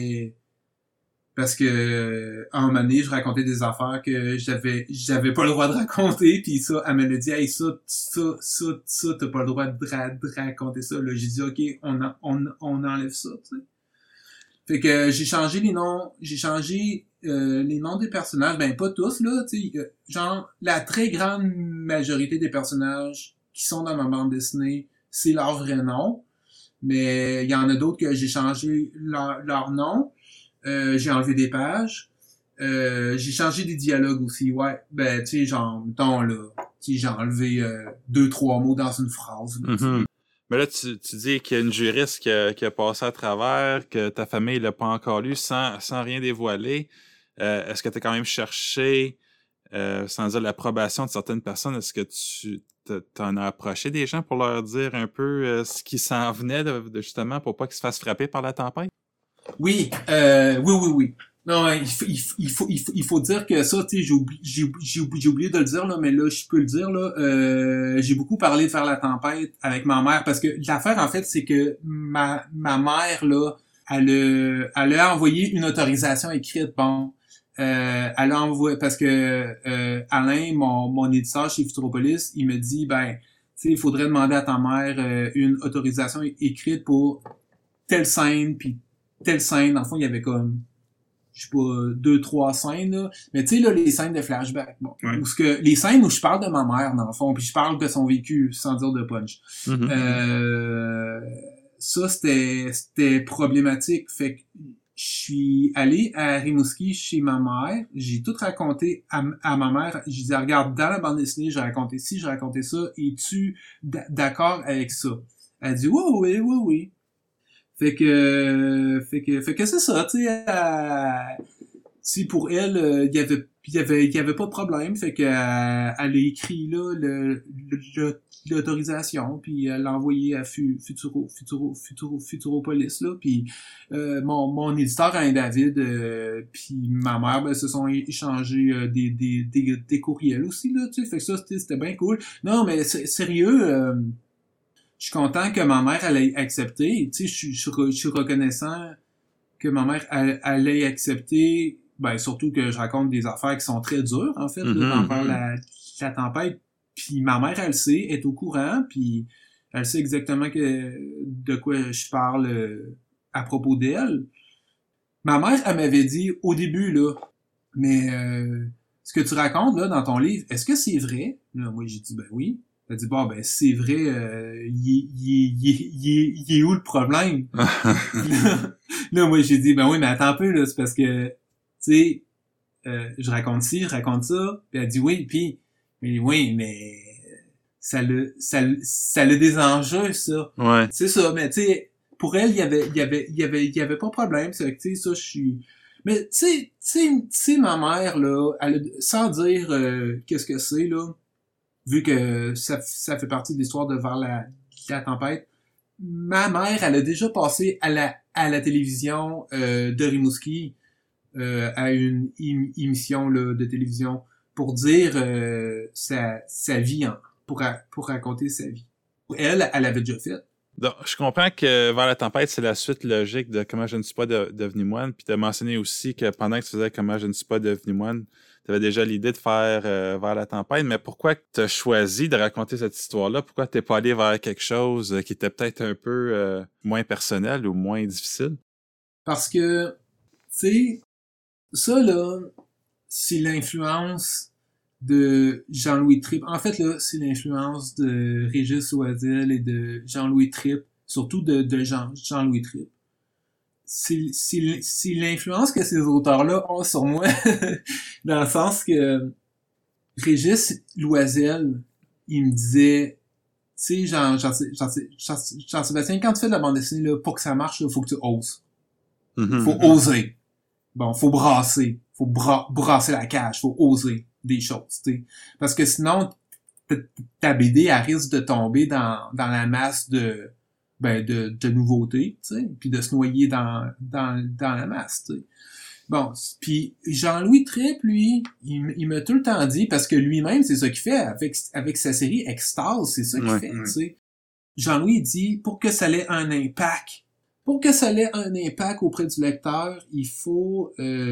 à un moment donné, je racontais des affaires que j'avais pas le droit de raconter, puis ça, elle me l'a dit, hey, ça, t'as pas le droit de raconter ça. Là, j'ai dit, ok, on enlève ça, tu sais. Fait que j'ai changé les noms des personnages, ben pas tous là, tu sais, genre la très grande majorité des personnages qui sont dans ma bande dessinée, c'est leur vrai nom, mais il y en a d'autres que j'ai changé leur nom, j'ai enlevé des pages, j'ai changé des dialogues aussi, ouais, ben tu sais genre mettons là, tu sais j'ai enlevé 2-3 mots dans une phrase. Là, mm-hmm. Mais là, tu dis qu'il y a une juriste qui a passé à travers, que ta famille l'a pas encore lu sans rien dévoiler. Est-ce que tu as quand même cherché, sans dire l'approbation de certaines personnes, est-ce que tu t'en as approché des gens pour leur dire un peu ce qui s'en venait justement pour pas qu'ils se fassent frapper par la tempête? Oui. Non, il faut dire que ça, tu sais, j'ai oublié de le dire, là, mais là, je peux le dire, là, j'ai beaucoup parlé de faire la tempête avec ma mère, parce que l'affaire, en fait, c'est que ma mère, là, elle a envoyé une autorisation écrite, bon, elle a envoyé, parce que, Alain, mon éditeur chez Futuropolis, il me dit, ben, tu sais, il faudrait demander à ta mère une autorisation écrite pour telle scène, puis telle scène. Dans le fond, il y avait comme, je sais pas, 2-3 scènes, là. Mais tu sais, là, les scènes de flashback, bon. Ouais. Les scènes où je parle de ma mère, dans le fond, puis je parle de son vécu, sans dire de punch. Mm-hmm. Ça, c'était problématique. Fait que je suis allé à Rimouski chez ma mère, j'ai tout raconté à ma mère. J'ai dit, regarde, dans la bande dessinée, j'ai raconté ci, j'ai raconté ça, es-tu d'accord avec ça? Elle dit, oui. Fait que c'est ça, tu sais, si pour elle, il y avait pas de problème, fait que elle a écrit là l'autorisation, puis elle l'a envoyé à Futuropolis là, puis mon éditeur Alain David, puis ma mère, ben se sont échangés des courriels aussi là, tu sais, fait que ça c'était bien cool. Non mais sérieux. Je suis content que ma mère elle ait accepté. Tu sais, je suis reconnaissant que ma mère elle ait accepté. Ben surtout que je raconte des affaires qui sont très dures en fait, là, envers la tempête. Puis ma mère elle sait, est au courant, puis elle sait exactement de quoi je parle à propos d'elle. Ma mère elle m'avait dit au début là, mais ce que tu racontes là dans ton livre, est-ce que c'est vrai? Là, moi j'ai dit ben oui. Elle dit, bon, ben, c'est vrai, il est où le problème? Là, moi, j'ai dit, ben oui, mais attends un peu, là, c'est parce que sais, je raconte ci, je raconte ça, puis elle dit oui, puis mais oui, mais ça a des enjeux, ça. Ouais. C'est ça, mais tu sais, pour elle, il y avait pas de problème, c'est que tu sais, ça, je suis... Mais tu sais, ma mère, là, sans dire qu'est-ce que c'est, là, vu que ça fait partie de l'histoire de Vers la tempête, ma mère, elle a déjà passé à la télévision de Rimouski, à une émission là, de télévision pour dire sa vie, pour raconter sa vie. Elle avait déjà fait. Donc, je comprends que Vers la tempête, c'est la suite logique de Comment je ne suis pas devenu moine. Puis tu as mentionné aussi que pendant que tu faisais Comment je ne suis pas devenu moine, tu avais déjà l'idée de faire Vers la tempête. Mais pourquoi tu as choisi de raconter cette histoire-là? Pourquoi tu n'es pas allé vers quelque chose qui était peut-être un peu moins personnel ou moins difficile? Parce que, tu sais, ça, là, c'est l'influence de Jean-Louis Tripp. En fait, là, c'est l'influence de Régis Oisel et de Jean-Louis Tripp, surtout de Jean-Louis Tripp. C'est l'influence que ces auteurs-là ont sur moi, dans le sens que Régis Loisel, il me disait, tu sais, Jean-Sébastien, quand tu fais de la bande dessinée, là, pour que ça marche, il faut que tu oses. Faut oser. Bon, faut brasser. Faut brasser la cage. Faut oser des choses, tu sais. Parce que sinon, ta BD, elle risque de tomber dans la masse de nouveautés, tu sais, puis de se noyer dans la masse, tu sais. Bon, puis Jean-Louis Tripp, lui, il m'a tout le temps dit, parce que lui-même, c'est ça qu'il fait avec sa série Extase, c'est ça qu'il fait, tu sais. Jean-Louis dit, pour que ça ait un impact, auprès du lecteur, il faut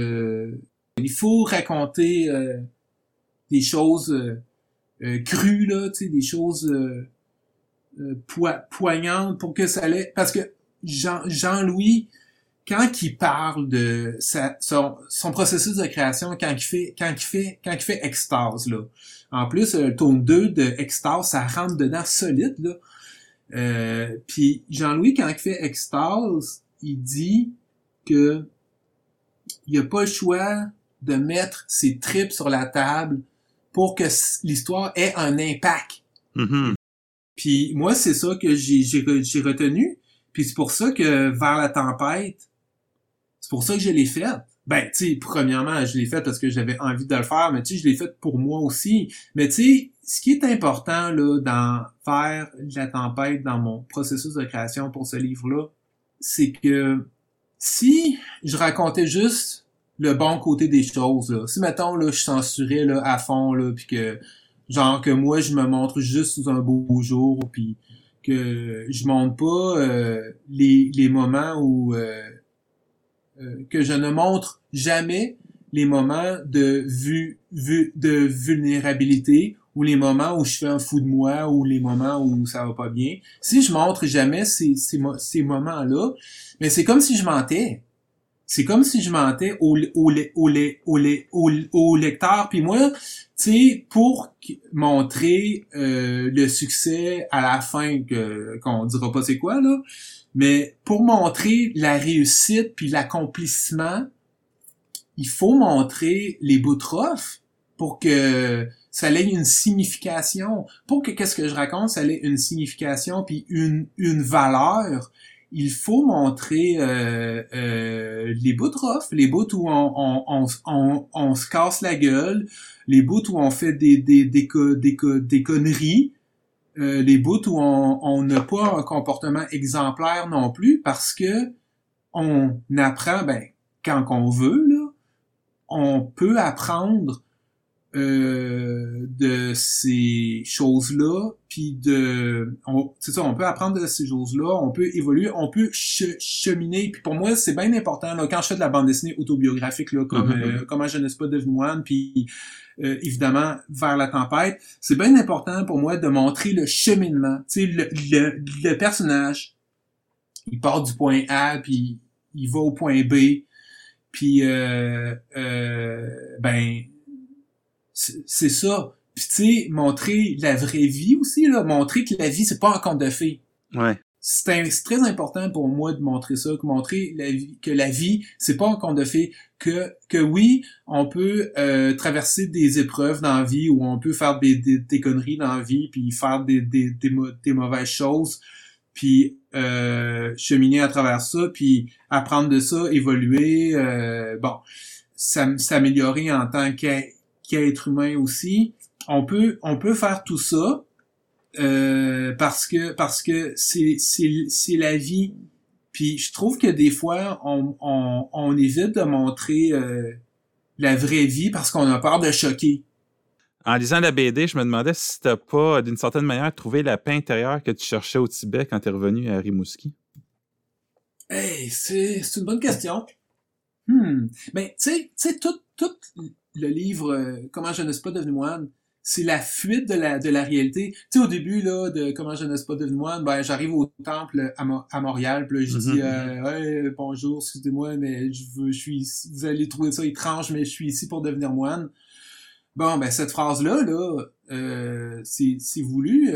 raconter des choses crues, là, tu sais, des choses poignantes pour que ça l'ait. Parce que Jean-Louis, quand il parle de son processus de création, quand il fait Extase, là. En plus, le tome 2 de Extase, ça rentre dedans solide, là. Puis Jean-Louis, quand il fait Extase, il dit que il a pas le choix de mettre ses tripes sur la table pour que l'histoire ait un impact. Puis moi, c'est ça que j'ai retenu. Puis c'est pour ça que Vers la tempête, c'est pour ça que je l'ai faite. Ben, tu sais, premièrement, je l'ai faite parce que j'avais envie de le faire, mais tu sais, je l'ai faite pour moi aussi. Mais tu sais, ce qui est important, là, dans Vers la tempête, dans mon processus de création pour ce livre-là, c'est que si je racontais juste le bon côté des choses, là, si, mettons, là, je censurais, là, à fond, là, pis que, genre, que moi, je me montre juste sous un beau jour, puis que je montre pas les moments où que je ne montre jamais les moments de vulnérabilité ou les moments où je fais un fou de moi ou les moments où ça va pas bien. Si je montre jamais ces moments-là, mais c'est comme si je mentais. C'est comme si je mentais au lecteur. Puis moi, tu sais, pour montrer le succès à la fin, qu'on dira pas c'est quoi, là, mais pour montrer la réussite puis l'accomplissement, il faut montrer les bouts rough pour que ça ait une signification. Pour que qu'est-ce que je raconte, ça ait une signification puis une valeur. Il faut montrer les bouts rough, les bouts où on se casse la gueule, les bouts où on fait des conneries. Les bouts où on n'a pas un comportement exemplaire non plus, parce que on apprend, ben, quand on veut, là, on peut apprendre de ces choses-là, puis c'est ça, on peut apprendre de ces choses-là, on peut évoluer, on peut cheminer, puis pour moi, c'est bien important, là, quand je fais de la bande dessinée autobiographique, là, comme Comment je ne suis pas devenu moine, puis évidemment, Vers la tempête, c'est bien important pour moi de montrer le cheminement, tu sais, le personnage, il part du point A, puis il va au point B, puis ben, c'est ça. Puis tu sais, montrer la vraie vie aussi, là, montrer que la vie, c'est pas un conte de fées. Ouais. c'est très important pour moi de montrer ça, que montrer que la vie, c'est pas un conte de fées, que oui, on peut traverser des épreuves dans la vie, ou on peut faire des conneries dans la vie, puis faire des mauvaises choses, puis cheminer à travers ça, puis apprendre de ça, évoluer, s'améliorer en tant qu'être humain aussi. On peut faire tout ça parce que c'est la vie. Puis je trouve que des fois on évite de montrer la vraie vie parce qu'on a peur de choquer. En lisant la BD, je me demandais si t'as pas, d'une certaine manière, trouvé la paix intérieure que tu cherchais au Tibet quand t'es revenu à Rimouski. Hey, c'est une bonne question. Mais tu sais tout le livre Comment je ne suis pas devenu moine, c'est la fuite de la réalité. Tu sais, au début là de Comment je ne suis pas devenu moine, ben j'arrive au temple à Montréal, puis là je dis hey, bonjour, excusez-moi, mais vous allez trouver ça étrange, mais je suis ici pour devenir moine. Bon, ben cette phrase-là, c'est voulu.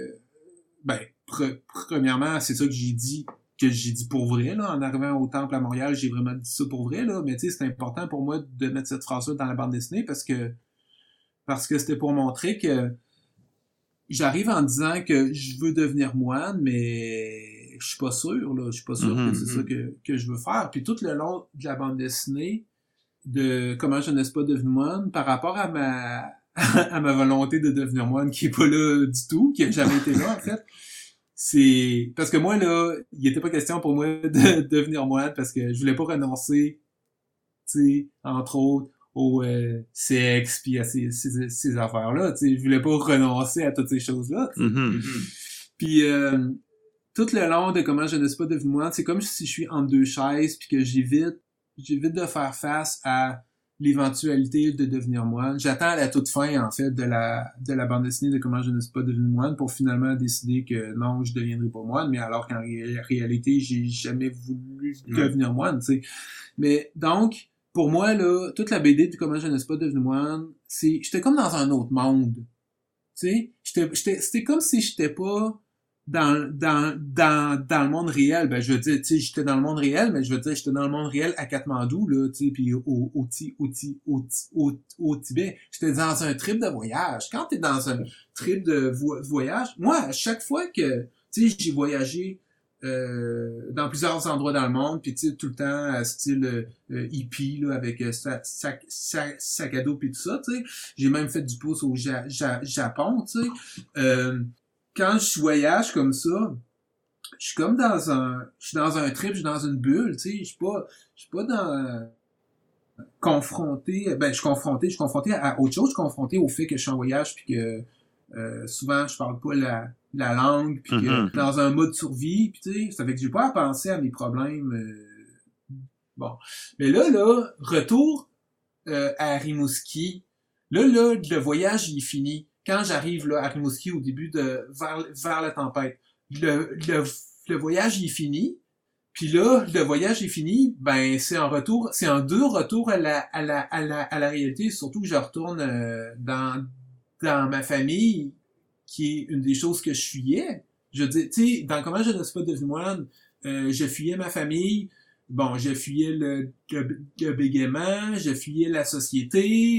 Premièrement, c'est ça que j'ai dit pour vrai, là, en arrivant au temple à Montréal, j'ai vraiment dit ça pour vrai, là, mais tu sais, c'est important pour moi de mettre cette phrase-là dans la bande dessinée parce que c'était pour montrer que j'arrive en disant que je veux devenir moine, mais je suis pas sûr, là, je suis pas sûr que c'est ça que je veux faire. Puis tout le long de la bande dessinée, de Comment je ne suis pas devenu moine, par rapport à ma volonté de devenir moine, qui est pas là du tout, qui a jamais été là, en fait, c'est parce que moi là, il était pas question pour moi de devenir moine parce que je voulais pas renoncer, tu sais, entre autres au sexe puis à ces affaires là, tu sais, je voulais pas renoncer à toutes ces choses là. Puis tout le long de Comment je ne suis pas devenu moine, c'est comme si je suis entre deux chaises puis que j'évite de faire face à l'éventualité de devenir moine. J'attends à la toute fin, en fait, de la bande dessinée de Comment je ne suis pas devenu moine pour finalement décider que non, je deviendrai pas moine, mais alors qu'en réalité, j'ai jamais voulu devenir moine, tu sais. Mais donc, pour moi, là, toute la BD de Comment je ne suis pas devenu moine, j'étais comme dans un autre monde. Tu sais, c'était comme si j'étais pas dans le monde réel. Ben, je veux dire, tu sais, j'étais dans le monde réel, mais je veux dire, j'étais dans le monde réel à Katmandou, là, tu sais, puis au Tibet. J'étais dans un trip de voyage. Quand t'es dans un trip de voyage, moi, à chaque fois que, tu sais, j'ai voyagé dans plusieurs endroits dans le monde, puis tu sais, tout le temps style hippie, là, avec sac à dos puis tout ça, tu sais. J'ai même fait du pouce au Japon, tu sais. Quand je voyage comme ça, je suis comme dans un trip, je suis dans une bulle, tu sais, je suis pas dans confronté, je suis confronté à autre chose, je suis confronté au fait que je suis en voyage puis que souvent je parle pas la langue puis que dans un mode survie, puis tu sais, ça fait que j'ai pas à penser à mes problèmes bon. Mais là retour à Rimouski. Là le voyage il est fini. Quand j'arrive là à Rimouski au début vers la tempête, le voyage il est fini. Puis là, le voyage est fini, ben c'est un deux retour à la réalité, surtout que je retourne dans ma famille, qui est une des choses que je fuyais. Je veux dire, tu sais, dans Comment je ne suis pas devenu moine, je fuyais ma famille. Bon, je fuyais le bégaiement, je fuyais la société,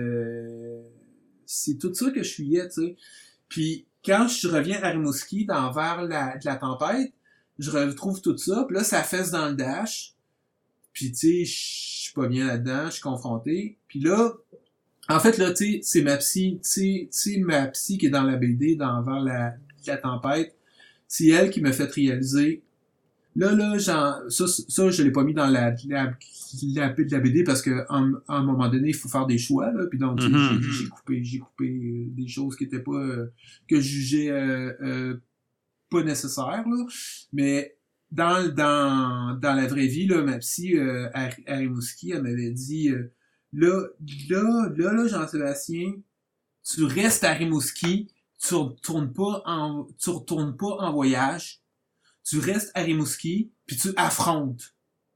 c'est tout ça que je fuyais, tu sais. Puis quand je reviens à Rimouski, vers la tempête, je retrouve tout ça, puis là, ça fesse dans le dash, puis tu sais, je suis pas bien là-dedans, je suis confronté, puis là, en fait, là, tu sais, c'est ma psy, tu sais, ma psy qui est dans la BD, vers la tempête, c'est elle qui m'a fait réaliser. Là, ça, je l'ai pas mis dans la BD parce que à un moment donné, il faut faire des choix, là. Puis donc, j'ai coupé des choses qui étaient pas, que je jugeais, pas nécessaires, là. Mais, dans la vraie vie, là, ma psy, à Rimouski, elle m'avait dit, là, Jean-Sébastien, tu restes à Rimouski, tu retournes pas en voyage, tu restes à Rimouski, puis tu affrontes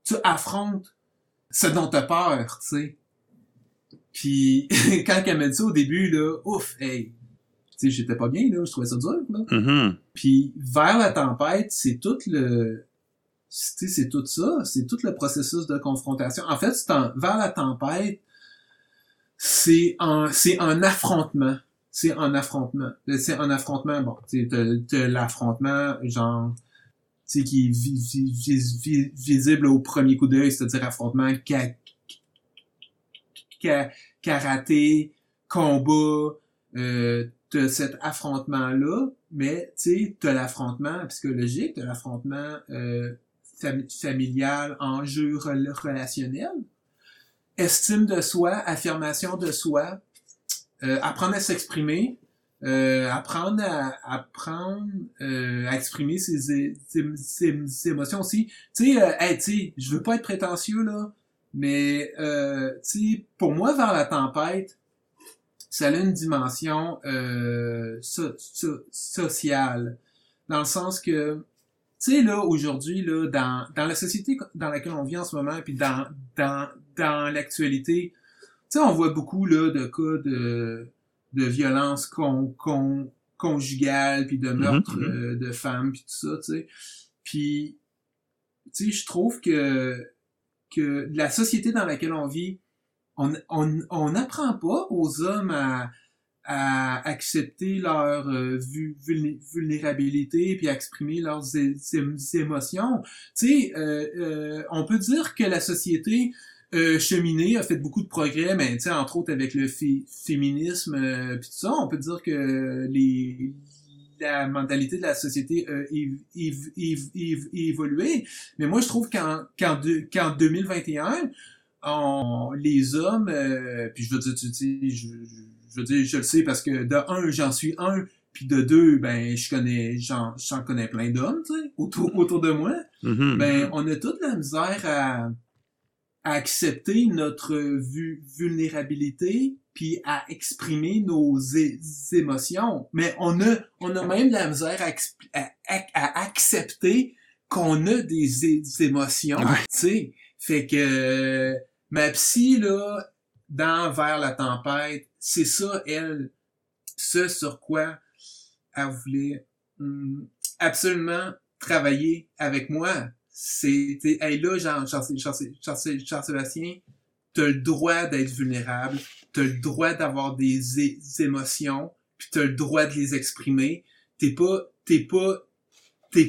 ce dont t'as peur, tu sais. Puis quand elle m'a dit ça au début, là, ouf, hey, sais, j'étais pas bien, là, je trouvais ça dur, là. Mhm. Puis vers la tempête, c'est tout le... Tu sais, c'est tout ça, c'est tout le processus de confrontation. En fait, vers la tempête, c'est un affrontement. C'est un affrontement. C'est un affrontement, bon, tu sais, t'as l'affrontement, genre, tu sais, qui est visible au premier coup d'œil, c'est-à-dire affrontement, karaté, combat, t'as cet affrontement-là, mais, tu sais, t'as l'affrontement psychologique, t'as l'affrontement familial, enjeu relationnel, estime de soi, affirmation de soi, apprendre à s'exprimer, apprendre à exprimer ses émotions aussi. Tu sais, hey, tu sais, je veux pas être prétentieux là, mais tu sais, pour moi, vers la tempête, ça a une dimension sociale, dans le sens que tu sais, là, aujourd'hui, là, dans la société dans laquelle on vit en ce moment, puis dans l'actualité, tu sais, on voit beaucoup, là, de cas de violence conjugale, puis de meurtre de femmes, puis tout ça, tu sais. Puis, tu sais, je trouve que la société dans laquelle on vit, on n'apprend pas aux hommes à accepter leur vulnérabilité puis à exprimer leurs émotions. Tu sais, on peut dire que la société cheminée a fait beaucoup de progrès, mais tu sais, entre autres avec le féminisme puis tout ça, on peut dire que la mentalité de la société a évolué. Mais moi, je trouve qu'en 2021, les hommes, puis je veux dire, tu sais, je veux dire, je le sais parce que de un, j'en suis un, puis de deux, ben, j'en connais plein d'hommes, tu sais, autour de moi. Ben, on a toute la misère à accepter notre vulnérabilité, puis à exprimer nos émotions. Mais on a même de la misère à accepter qu'on a des émotions, tu sais. Fait que ma psy, là, vers la tempête, c'est ça, elle, ce sur quoi elle voulait absolument travailler avec moi. C'est, hey, là, Jean-Sébastien, t'as le droit d'être vulnérable, t'as le droit d'avoir des émotions, puis t'as le droit de les exprimer. T'es pas, tu sais,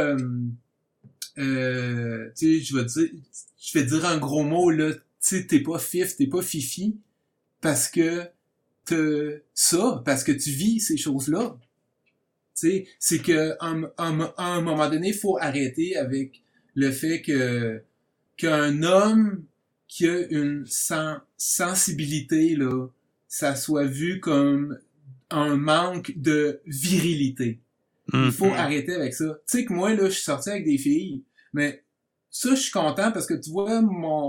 je vais dire un gros mot, là, tu sais, t'es pas fifi, parce que parce que tu vis ces choses-là. Tu sais, c'est que, à un moment donné, il faut arrêter avec le fait qu'un homme qui a une sensibilité, là, ça soit vu comme un manque de virilité. Il faut arrêter avec ça. Tu sais que moi, là, je suis sorti avec des filles, mais ça, je suis content parce que tu vois,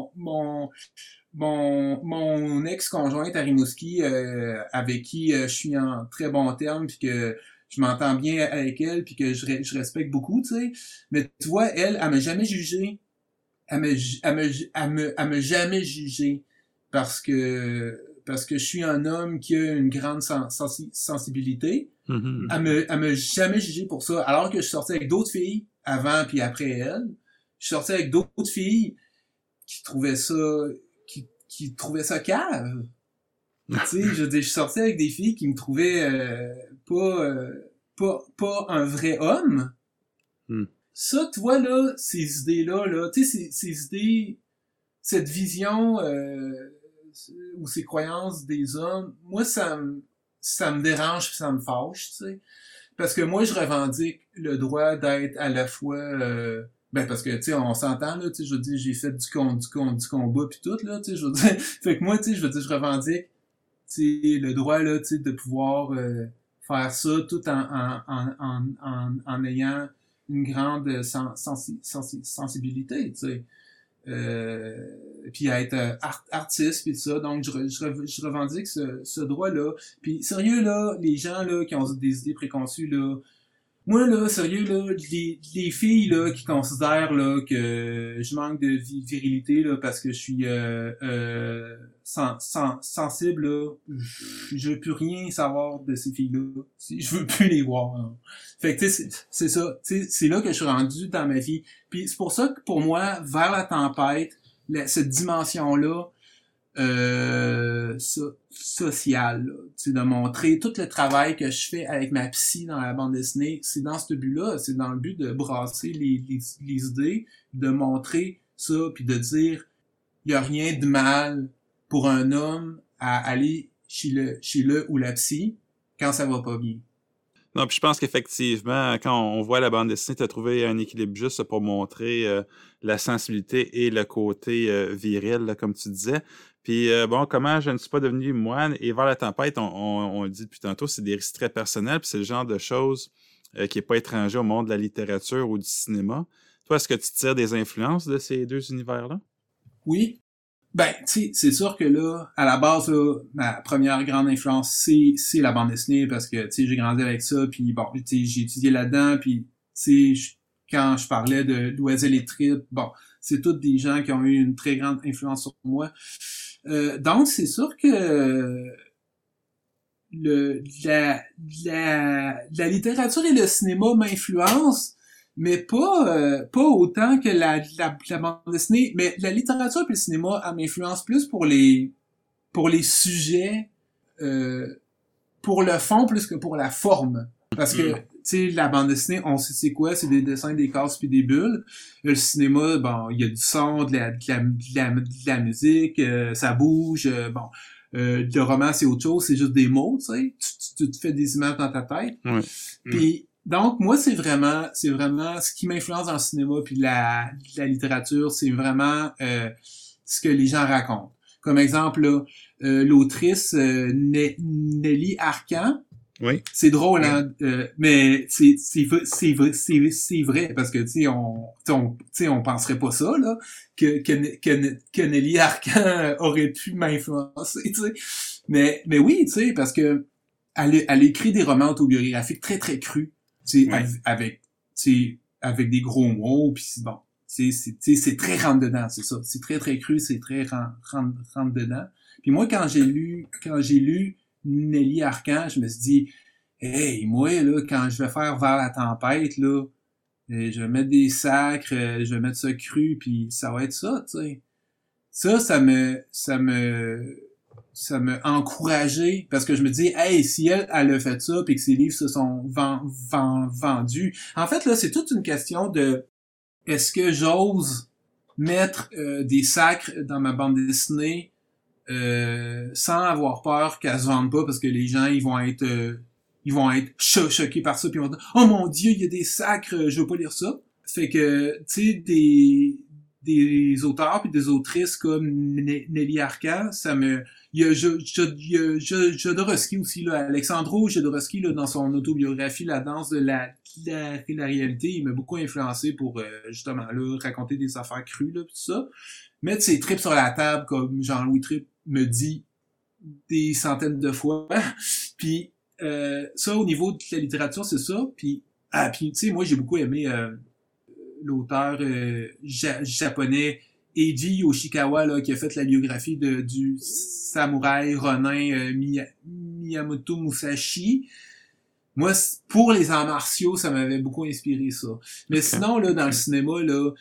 mon ex-conjointe à Rimouski, avec qui je suis en très bon terme, puis que je m'entends bien avec elle, puis que je respecte beaucoup, tu sais. Mais tu vois, elle m'a jamais jugé. Elle m'a jamais jugé parce que je suis un homme qui a une grande sensibilité. Elle m'a jamais jugé pour ça. Alors que je sortais avec d'autres filles avant puis après elle. Je sortais avec d'autres filles qui trouvaient ça cave. Tu sais, je sortais avec des filles qui me trouvaient pas un vrai homme. Ça, tu vois, là, ces idées-là, là, tu sais, ces idées, cette vision ou ces croyances des hommes, moi, ça me dérange pis ça me fâche, tu sais. Parce que moi, je revendique le droit d'être à la fois... parce que, tu sais, on s'entend, là, tu sais, je veux dire, j'ai fait du combat pis tout, là, tu sais, je veux dire... Fait que moi, tu sais, je veux dire, je revendique, tu sais, le droit, là, tu sais, de pouvoir faire ça tout en ayant une grande sensibilité, tu sais. Puis à être artiste puis tout ça, donc je revendique ce droit-là. Puis sérieux là, les gens là qui ont des idées préconçues là, Moi, là, sérieux, là, les filles, là, qui considèrent, là, que je manque de virilité, là, parce que je suis, sensible, là, je veux plus rien savoir de ces filles-là. Je veux plus les voir, hein. Fait que, tu sais, c'est ça. Tu sais, c'est là que je suis rendu dans ma vie. Puis c'est pour ça que, pour moi, vers la tempête, cette dimension-là, social, là. Tu sais, de montrer tout le travail que je fais avec ma psy dans la bande dessinée, c'est dans ce but-là, c'est dans le but de brasser les idées, de montrer ça, puis de dire, il y a rien de mal pour un homme à aller chez le ou la psy quand ça va pas bien. Non, puis je pense qu'effectivement, quand on voit la bande dessinée, tu as trouvé un équilibre juste pour montrer la sensibilité et le côté viril, là, comme tu disais. Puis bon, comment je ne suis pas devenu moine et vers la tempête, on le dit depuis tantôt, c'est des récits très personnels, puis c'est le genre de choses qui n'est pas étranger au monde de la littérature ou du cinéma. Toi, est-ce que tu tires des influences de ces deux univers-là? Oui. Ben, tu sais, c'est sûr que là, à la base, là, ma première grande influence, c'est la bande dessinée, parce que, tu sais, j'ai grandi avec ça, puis bon, tu sais, j'ai étudié là-dedans, puis, tu sais, quand je parlais de Loisel et Trip, bon, c'est tous des gens qui ont eu une très grande influence sur moi. Donc, c'est sûr que la littérature et le cinéma m'influencent, mais pas autant que la bande dessinée. Mais la littérature et le cinéma, elle m'influence plus pour les sujets, euh, pour le fond plus que pour la forme. Parce que, tu sais, la bande dessinée, on sait c'est quoi, c'est des dessins, des cases puis des bulles. Le cinéma, bon, il y a du son, de la musique, ça bouge, bon. Le roman, c'est autre chose, c'est juste des mots, tu sais. Tu te fais des images dans ta tête. Oui. Puis, donc, moi, c'est vraiment ce qui m'influence dans le cinéma puis la littérature, c'est vraiment ce que les gens racontent. Comme exemple, là, l'autrice Nelly Arcan. Oui. C'est drôle, hein, mais c'est vrai, parce que tu sais, on penserait pas ça, là, que Nelly Arcan aurait pu m'influencer, tu sais. Mais oui, tu sais, parce que elle écrit des romans autobiographiques très très crus, tu sais, avec des gros mots, puis bon, c'est très rentre dedans, c'est ça. C'est très très cru, c'est très rentre dedans. Puis moi, quand j'ai lu Nelly Arcan, je me suis dit, hey, moi, là, quand je vais faire Vers la tempête, là, je vais mettre des sacres, je vais mettre ça cru, puis ça va être ça, tu sais. Ça me encouragé, parce que je me dis, hey, si elle a fait ça, puis que ses livres se sont vendus. En fait, là, c'est toute une question de, est-ce que j'ose mettre des sacres dans ma bande dessinée sans avoir peur qu'elle se vende pas, parce que les gens ils vont être choqués par ça, puis ils vont dire, oh mon Dieu, il y a des sacres, je veux pas lire ça. Fait que, tu sais, des auteurs puis des autrices comme Nelly Arcan, ça me... Il y a Jodorowsky aussi, là, Alexandro Jodorowsky, là, dans son autobiographie La danse de la réalité, il m'a beaucoup influencé pour, justement, là, raconter des affaires crues, là, tout ça. Mettre ses tripes sur la table, comme Jean-Louis Tripp me dit des centaines de fois. Puis, ça, au niveau de la littérature, c'est ça. Puis tu sais, moi, j'ai beaucoup aimé l'auteur japonais Eiji Yoshikawa, là, qui a fait la biographie du samouraï Ronin Miyamoto Musashi. Moi, pour les arts martiaux, ça m'avait beaucoup inspiré, ça. Mais sinon, là, dans le cinéma, là,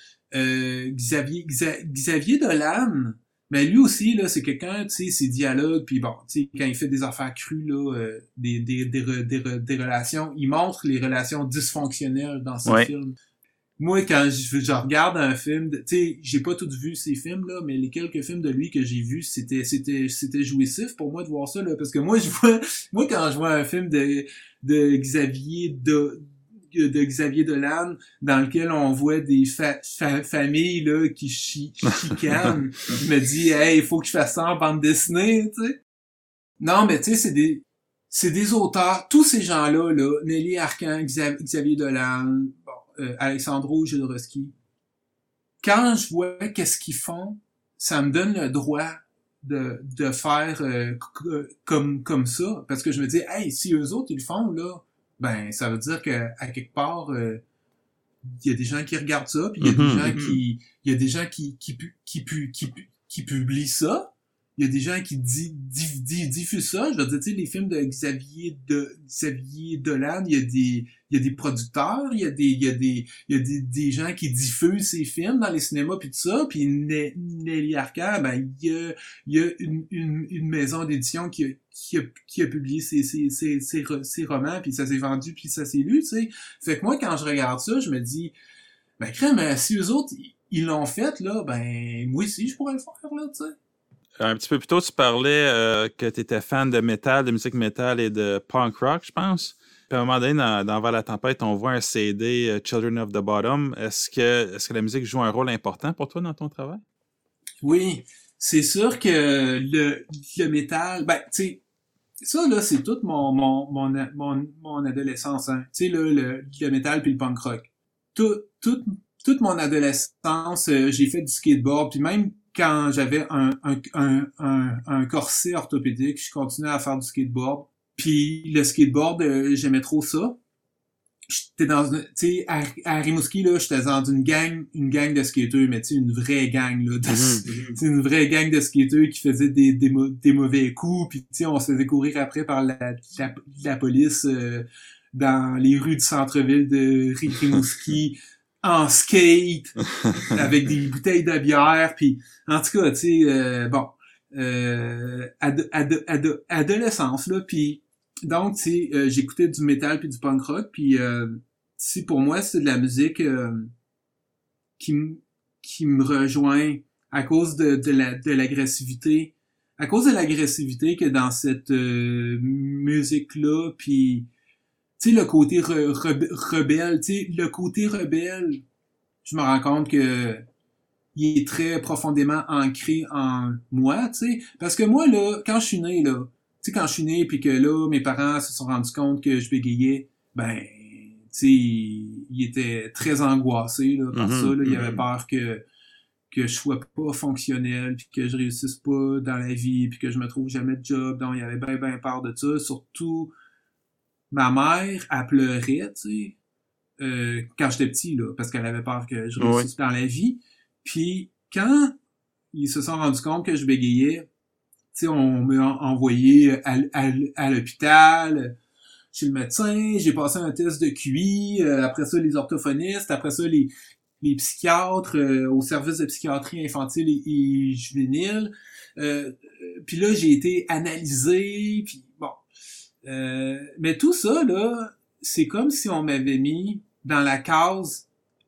Xavier Dolan, mais lui aussi, là, c'est quelqu'un, tu sais, ses dialogues, puis bon, tu sais, quand il fait des affaires crues, là, des relations, il montre les relations dysfonctionnelles dans ses films. Moi, quand je regarde un film, tu sais, j'ai pas tout vu ces films-là, mais les quelques films de lui que j'ai vus, c'était jouissif pour moi de voir ça, là, parce que moi, quand je vois un film de Xavier Xavier Dolan, dans lequel on voit des familles, là, qui chicanent, je me dis, hey, il faut que je fasse ça en bande dessinée, tu sais. Non, mais tu sais, c'est des auteurs, tous ces gens-là, là, Nelly Arcan, Xavier Dolan, Alexandro Jodorowsky. Quand je vois qu'est-ce qu'ils font, ça me donne le droit de faire comme ça, parce que je me dis, hey, si eux autres ils le font, là, ben ça veut dire que à quelque part il y a des gens qui regardent ça, puis il y a des gens il y a des gens qui publient ça. Il y a des gens qui diffusent ça. Je veux dire, tu sais, les films de Xavier Dolan, il y a des producteurs, il y a des gens qui diffusent ces films dans les cinémas puis tout ça. Puis Nelly Arcand, ben il y a une maison d'édition qui a publié ses romans, puis ça s'est vendu, puis ça s'est lu, tu sais. Fait que moi, quand je regarde ça, je me dis, ben crème, si eux autres ils l'ont fait là, ben moi aussi je pourrais le faire là, tu sais. Un petit peu plus tôt, tu parlais que tu étais fan de métal, de musique métal et de punk rock, je pense. Puis à un moment donné, dans Vers la tempête, on voit un CD Children of the Bottom. Est-ce que la musique joue un rôle important pour toi dans ton travail? Oui, c'est sûr que le métal, ben tu sais, ça là, c'est toute mon adolescence, hein. Tu sais là, le métal puis le punk rock. Toute mon adolescence, j'ai fait du skateboard, puis même quand j'avais un corset orthopédique, je continuais à faire du skateboard. Puis le skateboard, j'aimais trop ça. J'étais dans tu sais, à Rimouski, là, j'étais dans une gang de skateurs, mais tu sais, une vraie gang, là. C'est une vraie gang de skateurs qui faisaient des mauvais coups, puis tu sais, on se faisait courir après par la police dans les rues du centre-ville de Rimouski, en skate, avec des bouteilles de bière, puis en tout cas, tu sais, bon, adolescence, là, puis donc, tu sais, j'écoutais du métal puis du punk rock, puis si pour moi, c'est de la musique qui me rejoint à cause de l'agressivité, à cause de l'agressivité que dans cette musique-là, puis tu sais, le côté rebelle, tu sais, le côté rebelle, je me rends compte que il est très profondément ancré en moi, tu sais, parce que moi, là, quand je suis né, là, tu sais, quand je suis né, puis que là, mes parents se sont rendus compte que je bégayais, ben, tu sais, ils étaient très angoissés, là, par ça, là, ils avaient peur que je sois pas fonctionnel, puis que je réussisse pas dans la vie, puis que je me trouve jamais de job, donc ils avaient bien peur de ça, surtout ma mère, elle pleurait, tu sais, quand j'étais petit, là, parce qu'elle avait peur que je réussisse dans la vie. Puis, quand ils se sont rendus compte que je bégayais, tu sais, on m'a envoyé à l'hôpital, chez le médecin, j'ai passé un test de QI, après ça, les orthophonistes, après ça, les psychiatres au service de psychiatrie infantile et juvénile. Puis là, j'ai été analysé, puis bon. Mais tout ça, là, c'est comme si on m'avait mis dans la case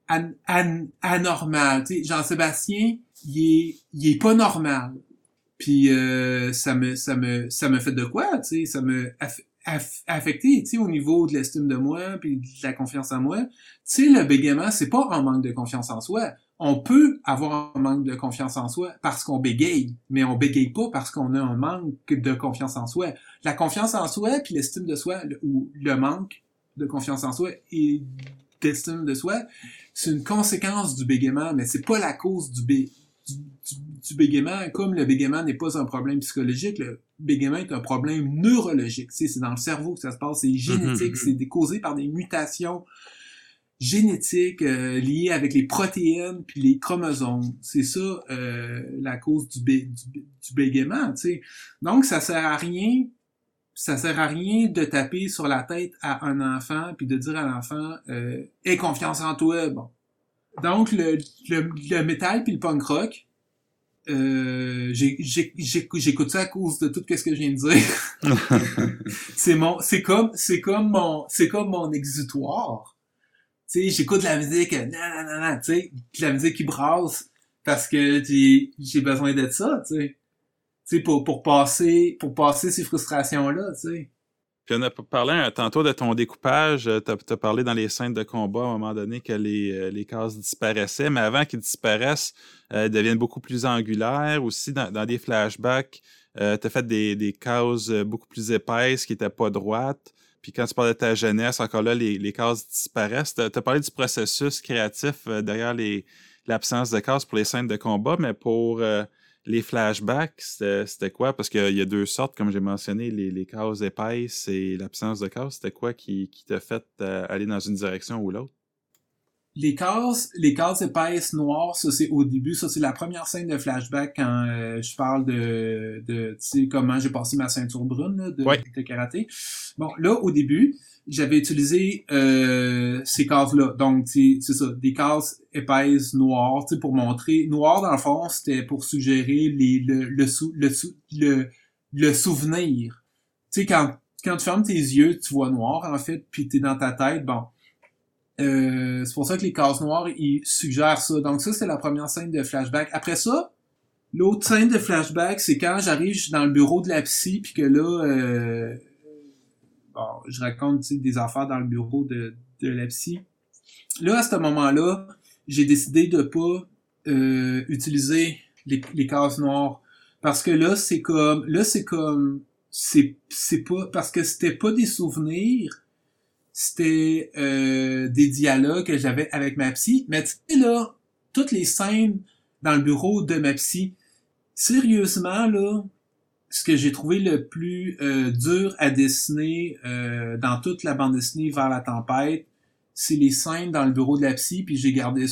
anormal. Tu sais, Jean-Sébastien, il est pas normal. Puis ça me fait de quoi, tu sais, ça me affecté, tu sais, au niveau de l'estime de moi puis de la confiance en moi. Tu sais, le bégaiement, c'est pas un manque de confiance en soi. On peut avoir un manque de confiance en soi parce qu'on bégaye, mais on bégaye pas parce qu'on a un manque de confiance en soi. La confiance en soi puis l'estime de soi, ou le manque de confiance en soi et d'estime de soi, c'est une conséquence du bégaiement, mais c'est pas la cause du bégaiement. Comme le bégaiement n'est pas un problème psychologique, le bégaiement est un problème neurologique. Tu sais, c'est dans le cerveau que ça se passe, c'est génétique, c'est causé par des mutations génétiques liées avec les protéines puis les chromosomes. C'est ça la cause du bégaiement, tu sais. Donc ça sert à rien de taper sur la tête à un enfant puis de dire à l'enfant aie confiance en toi. Bon. Donc le métal puis le punk rock, j'écoute ça à cause de tout ce que je viens de dire. c'est comme mon exutoire. Tu sais, j'écoute de la musique, tu sais, de la musique qui brasse parce que j'ai besoin de ça, tu sais. Tu sais, pour passer ces frustrations-là, tu sais. Puis on a parlé tantôt de ton découpage. T'as parlé dans les scènes de combat à un moment donné que les cases disparaissaient, mais avant qu'ils disparaissent, elles deviennent beaucoup plus angulaires. Aussi, dans des flashbacks, t'as fait des cases beaucoup plus épaisses qui n'étaient pas droites. Puis quand tu parles de ta jeunesse, encore là, les cases disparaissent. T'as parlé du processus créatif derrière l'absence de cases pour les scènes de combat, mais pour Les flashbacks, c'était quoi? Parce qu'il y a deux sortes, comme j'ai mentionné, les cases épaisses et l'absence de cases. C'était quoi qui t'a fait aller dans une direction ou l'autre? Les cases épaisses noires, ça c'est au début, ça c'est la première scène de flashback quand je parle tu sais, comment j'ai passé ma ceinture brune là, de karaté. Bon, là, au début, j'avais utilisé ces cases-là. Donc, c'est ça, des cases épaisses noires, tu sais, pour montrer. Noir, dans le fond, c'était pour suggérer le souvenir. Tu sais, quand tu fermes tes yeux, tu vois noir, en fait, puis t'es dans ta tête, bon. C'est pour ça que les cases noires, ils suggèrent ça. Donc ça, c'est la première scène de flashback. Après ça, l'autre scène de flashback, c'est quand j'arrive dans le bureau de la psy, puis que là, bon, je raconte des affaires dans le bureau de la psy. Là, à ce moment-là, j'ai décidé de pas utiliser les cases noires. Parce que là, c'est pas, parce que c'était pas des souvenirs, c'était des dialogues que j'avais avec ma psy. Mais tu sais, là, toutes les scènes dans le bureau de ma psy, sérieusement, là, ce que j'ai trouvé le plus dur à dessiner dans toute la bande dessinée Vers la tempête, c'est les scènes dans le bureau de la psy, puis j'ai gardé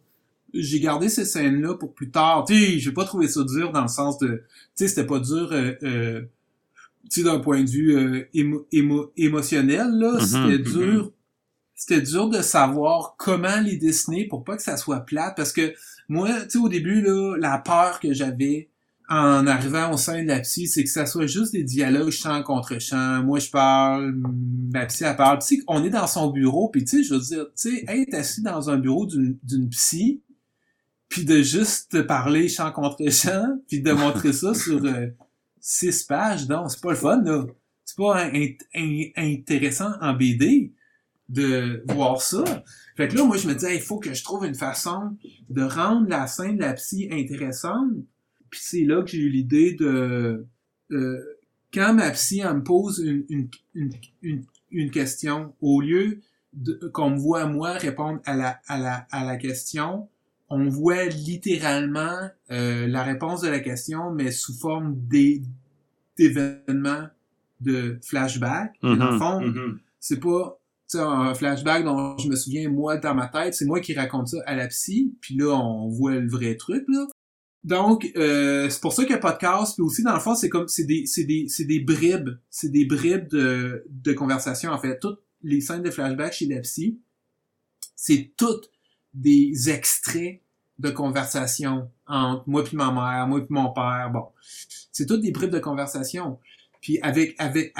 ces scènes-là pour plus tard. Tu sais, j'ai pas trouvé ça dur dans le sens de... Tu sais, c'était pas dur... tu sais, d'un point de vue émotionnel, là, c'était dur de savoir comment les dessiner pour pas que ça soit plate, parce que moi, tu sais, au début, là, la peur que j'avais en arrivant au sein de la psy, c'est que ça soit juste des dialogues chant contre chant. Moi, je parle, ma psy, elle parle. Tu sais, on est dans son bureau, puis tu sais, je veux dire, tu sais, être assis dans un bureau d'une psy, puis de juste te parler chant contre chant, puis de montrer ça sur 6 pages, donc c'est pas le fun, là. C'est pas intéressant en BD de voir ça. Fait que là, moi, je me disais, il faut que je trouve une façon de rendre la scène de la psy intéressante. Puis c'est là que j'ai eu l'idée de... quand ma psy, elle me pose une question, au lieu qu'on me voit, moi, répondre à la question, on voit littéralement la réponse de la question, mais sous forme d'événements de flashback. Et dans le fond, c'est pas un flashback dont je me souviens, moi, dans ma tête, c'est moi qui raconte ça à la psy, puis là, on voit le vrai truc, là. Donc, c'est pour ça qu'il y a pas de casse, puis aussi, dans le fond, c'est des bribes de conversation, en fait. Toutes les scènes de flashback chez la psy, c'est toutes des extraits de conversation entre moi puis ma mère, moi puis mon père, bon. C'est toutes des bribes de conversation. Puis avec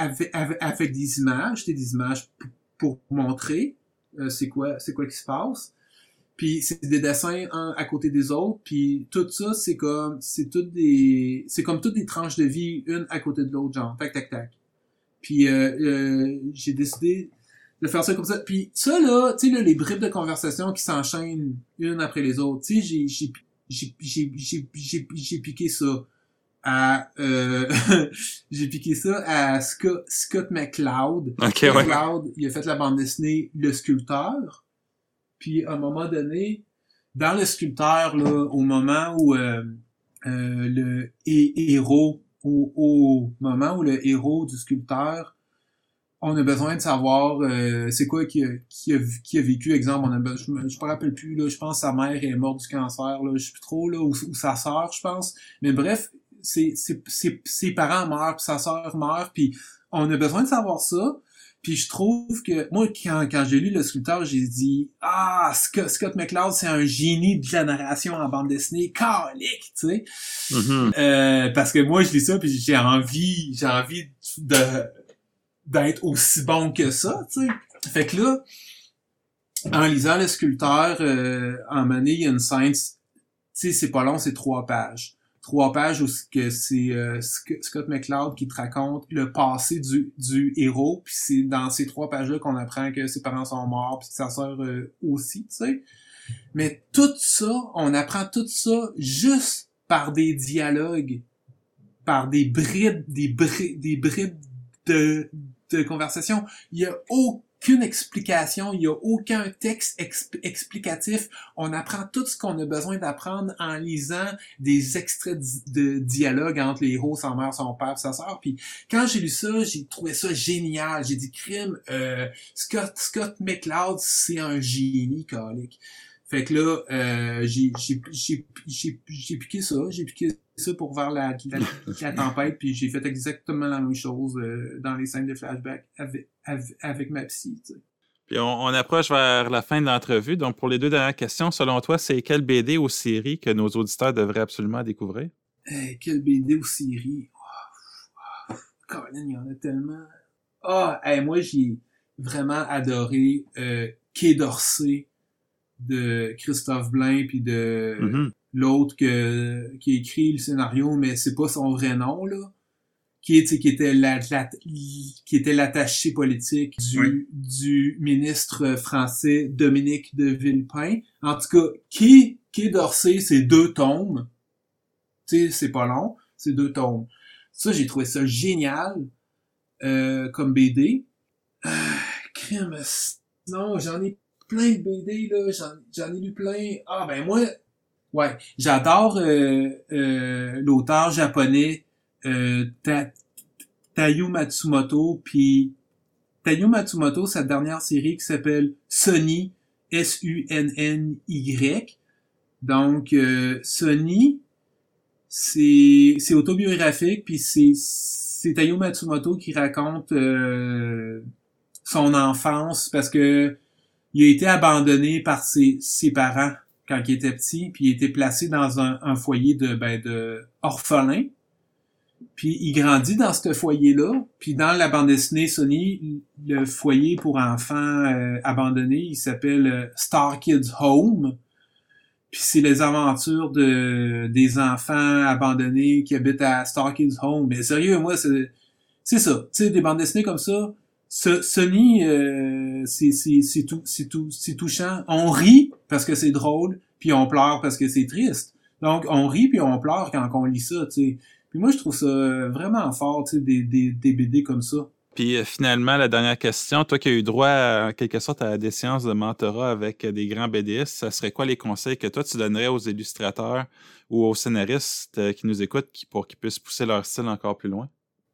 des images pour montrer c'est quoi qui se passe. Puis c'est des dessins un à côté des autres, puis tout ça c'est comme toutes des tranches de vie une à côté de l'autre, genre tac tac tac. Puis j'ai décidé de faire ça comme ça. Puis ça là, tu sais là, les bribes de conversation qui s'enchaînent une après les autres, tu sais j'ai piqué ça à j'ai piqué ça à Scott McCloud. Okay, Scott McCloud, il a fait la bande dessinée Le Sculpteur. Puis à un moment donné, dans Le Sculpteur, là, au moment où le héros, au moment où le héros du sculpteur, on a besoin de savoir c'est quoi qui a vécu, exemple, je me rappelle plus, là, je pense que sa mère est morte du cancer, là, je sais plus trop, là, ou sa sœur, je pense. Mais bref, ses parents meurent, puis sa sœur meurt, puis on a besoin de savoir ça. Puis je trouve que, moi, quand j'ai lu Le Sculpteur, j'ai dit, Scott McCloud, c'est un génie de la narration en bande dessinée, calique, tu sais. Parce que moi, je lis ça, puis j'ai envie d'être aussi bon que ça, tu sais. Fait que là, en lisant Le Sculpteur, en année, il y a une scène, tu sais, c'est pas long, c'est 3 pages. 3 pages où que c'est Scott McCloud qui te raconte le passé du héros, puis c'est dans ces 3 pages-là qu'on apprend que ses parents sont morts, puis que sa sœur aussi, tu sais. Mais tout ça, on apprend tout ça juste par des dialogues, par des bribes de conversation. Il y a aucune explication, il y a aucun texte explicatif. On apprend tout ce qu'on a besoin d'apprendre en lisant des extraits de dialogue entre les héros, sa mère, son père, sa sœur. Puis quand j'ai lu ça, j'ai trouvé ça génial. J'ai dit crime, Scott McCloud, c'est un génie, calique. Fait que là, j'ai piqué ça pour voir la tempête, puis j'ai fait exactement la même chose dans les scènes de flashback avec ma psy, tu sais. Puis on approche vers la fin de l'entrevue. Donc, pour les 2 dernières questions, selon toi, c'est quelle BD ou série que nos auditeurs devraient absolument découvrir? Quelle BD ou série? Colin, il y en a tellement. Moi, j'ai vraiment adoré Quai d'Orsay de Christophe Blain, puis de l'autre qui a écrit le scénario, mais c'est pas son vrai nom, là. Qui était l'attaché politique du ministre français Dominique de Villepin. En tout cas, Quai d'Orsay, c'est 2 tomes. Tu sais, c'est pas long, c'est 2 tomes. Ça, j'ai trouvé ça génial comme BD. Crème, non, j'en ai plein de BD, là, j'en ai lu plein. Moi, ouais, j'adore l'auteur japonais Taiyo Matsumoto, puis Taiyo Matsumoto, sa dernière série qui s'appelle Sunny, Sunny. Donc, Sunny, c'est autobiographique, puis c'est Taiyo Matsumoto qui raconte son enfance, parce que il a été abandonné par ses parents quand il était petit, puis il a été placé dans un foyer de orphelins. Puis il grandit dans ce foyer-là. Puis dans la bande dessinée Sunny, le foyer pour enfants abandonnés, il s'appelle Star Kids Home. Puis c'est les aventures des enfants abandonnés qui habitent à Star Kids Home. Mais sérieux, moi, c'est ça. Tu sais, des bandes dessinées comme ça, Sunny, c'est touchant. On rit parce que c'est drôle, puis on pleure parce que c'est triste. Donc, on rit puis on pleure quand on lit ça, tu sais. Puis moi, je trouve ça vraiment fort, tu sais, des BD comme ça. Puis finalement, la dernière question, toi qui as eu droit, en quelque sorte, à des séances de mentorat avec des grands BDistes, ça serait quoi les conseils que toi, tu donnerais aux illustrateurs ou aux scénaristes qui nous écoutent pour qu'ils puissent pousser leur style encore plus loin?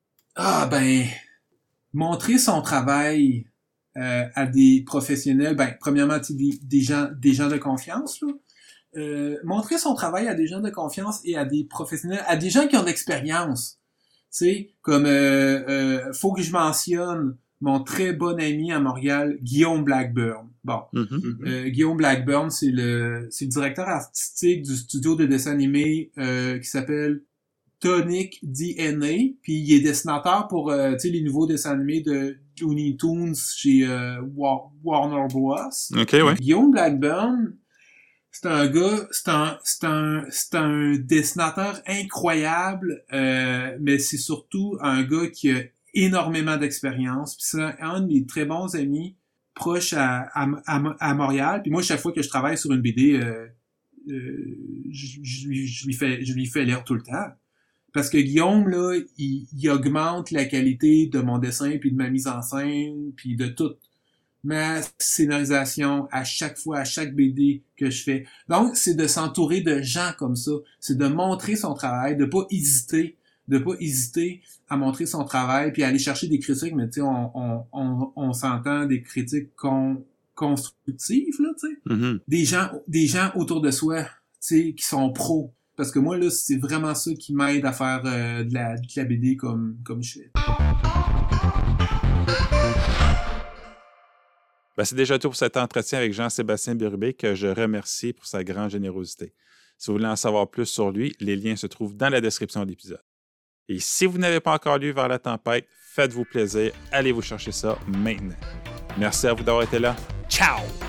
Montrer son travail à des professionnels, premièrement, des gens de confiance, là. Montrer son travail à des gens de confiance et à des professionnels, à des gens qui ont de l'expérience. Tu sais, comme faut que je mentionne mon très bon ami à Montréal, Guillaume Blackburn. Bon, Guillaume Blackburn, c'est le directeur artistique du studio de dessin animé qui s'appelle Tonic DNA, puis il est dessinateur pour les nouveaux dessins animés de Looney Tunes chez Warner Bros. OK, ouais. Guillaume Blackburn, c'est un gars, c'est un dessinateur incroyable, mais c'est surtout un gars qui a énormément d'expérience. Puis c'est un de mes très bons amis proches à Montréal. Puis moi, chaque fois que je travaille sur une BD, je lui fais lire tout le temps. Parce que Guillaume, là, il augmente la qualité de mon dessin, puis de ma mise en scène, puis de toute ma scénarisation à chaque fois, à chaque BD que je fais. Donc, c'est de s'entourer de gens comme ça. C'est de montrer son travail, de pas hésiter à montrer son travail, puis aller chercher des critiques, mais tu sais, on s'entend des critiques constructives, là, tu sais. Mm-hmm. Des gens autour de soi, tu sais, qui sont pros. Parce que moi, là, c'est vraiment ça qui m'aide à faire de la BD comme je fais. C'est déjà tout pour cet entretien avec Jean-Sébastien Bérubé que je remercie pour sa grande générosité. Si vous voulez en savoir plus sur lui, les liens se trouvent dans la description de l'épisode. Et si vous n'avez pas encore lu Vers la tempête, faites-vous plaisir, allez vous chercher ça maintenant. Merci à vous d'avoir été là. Ciao!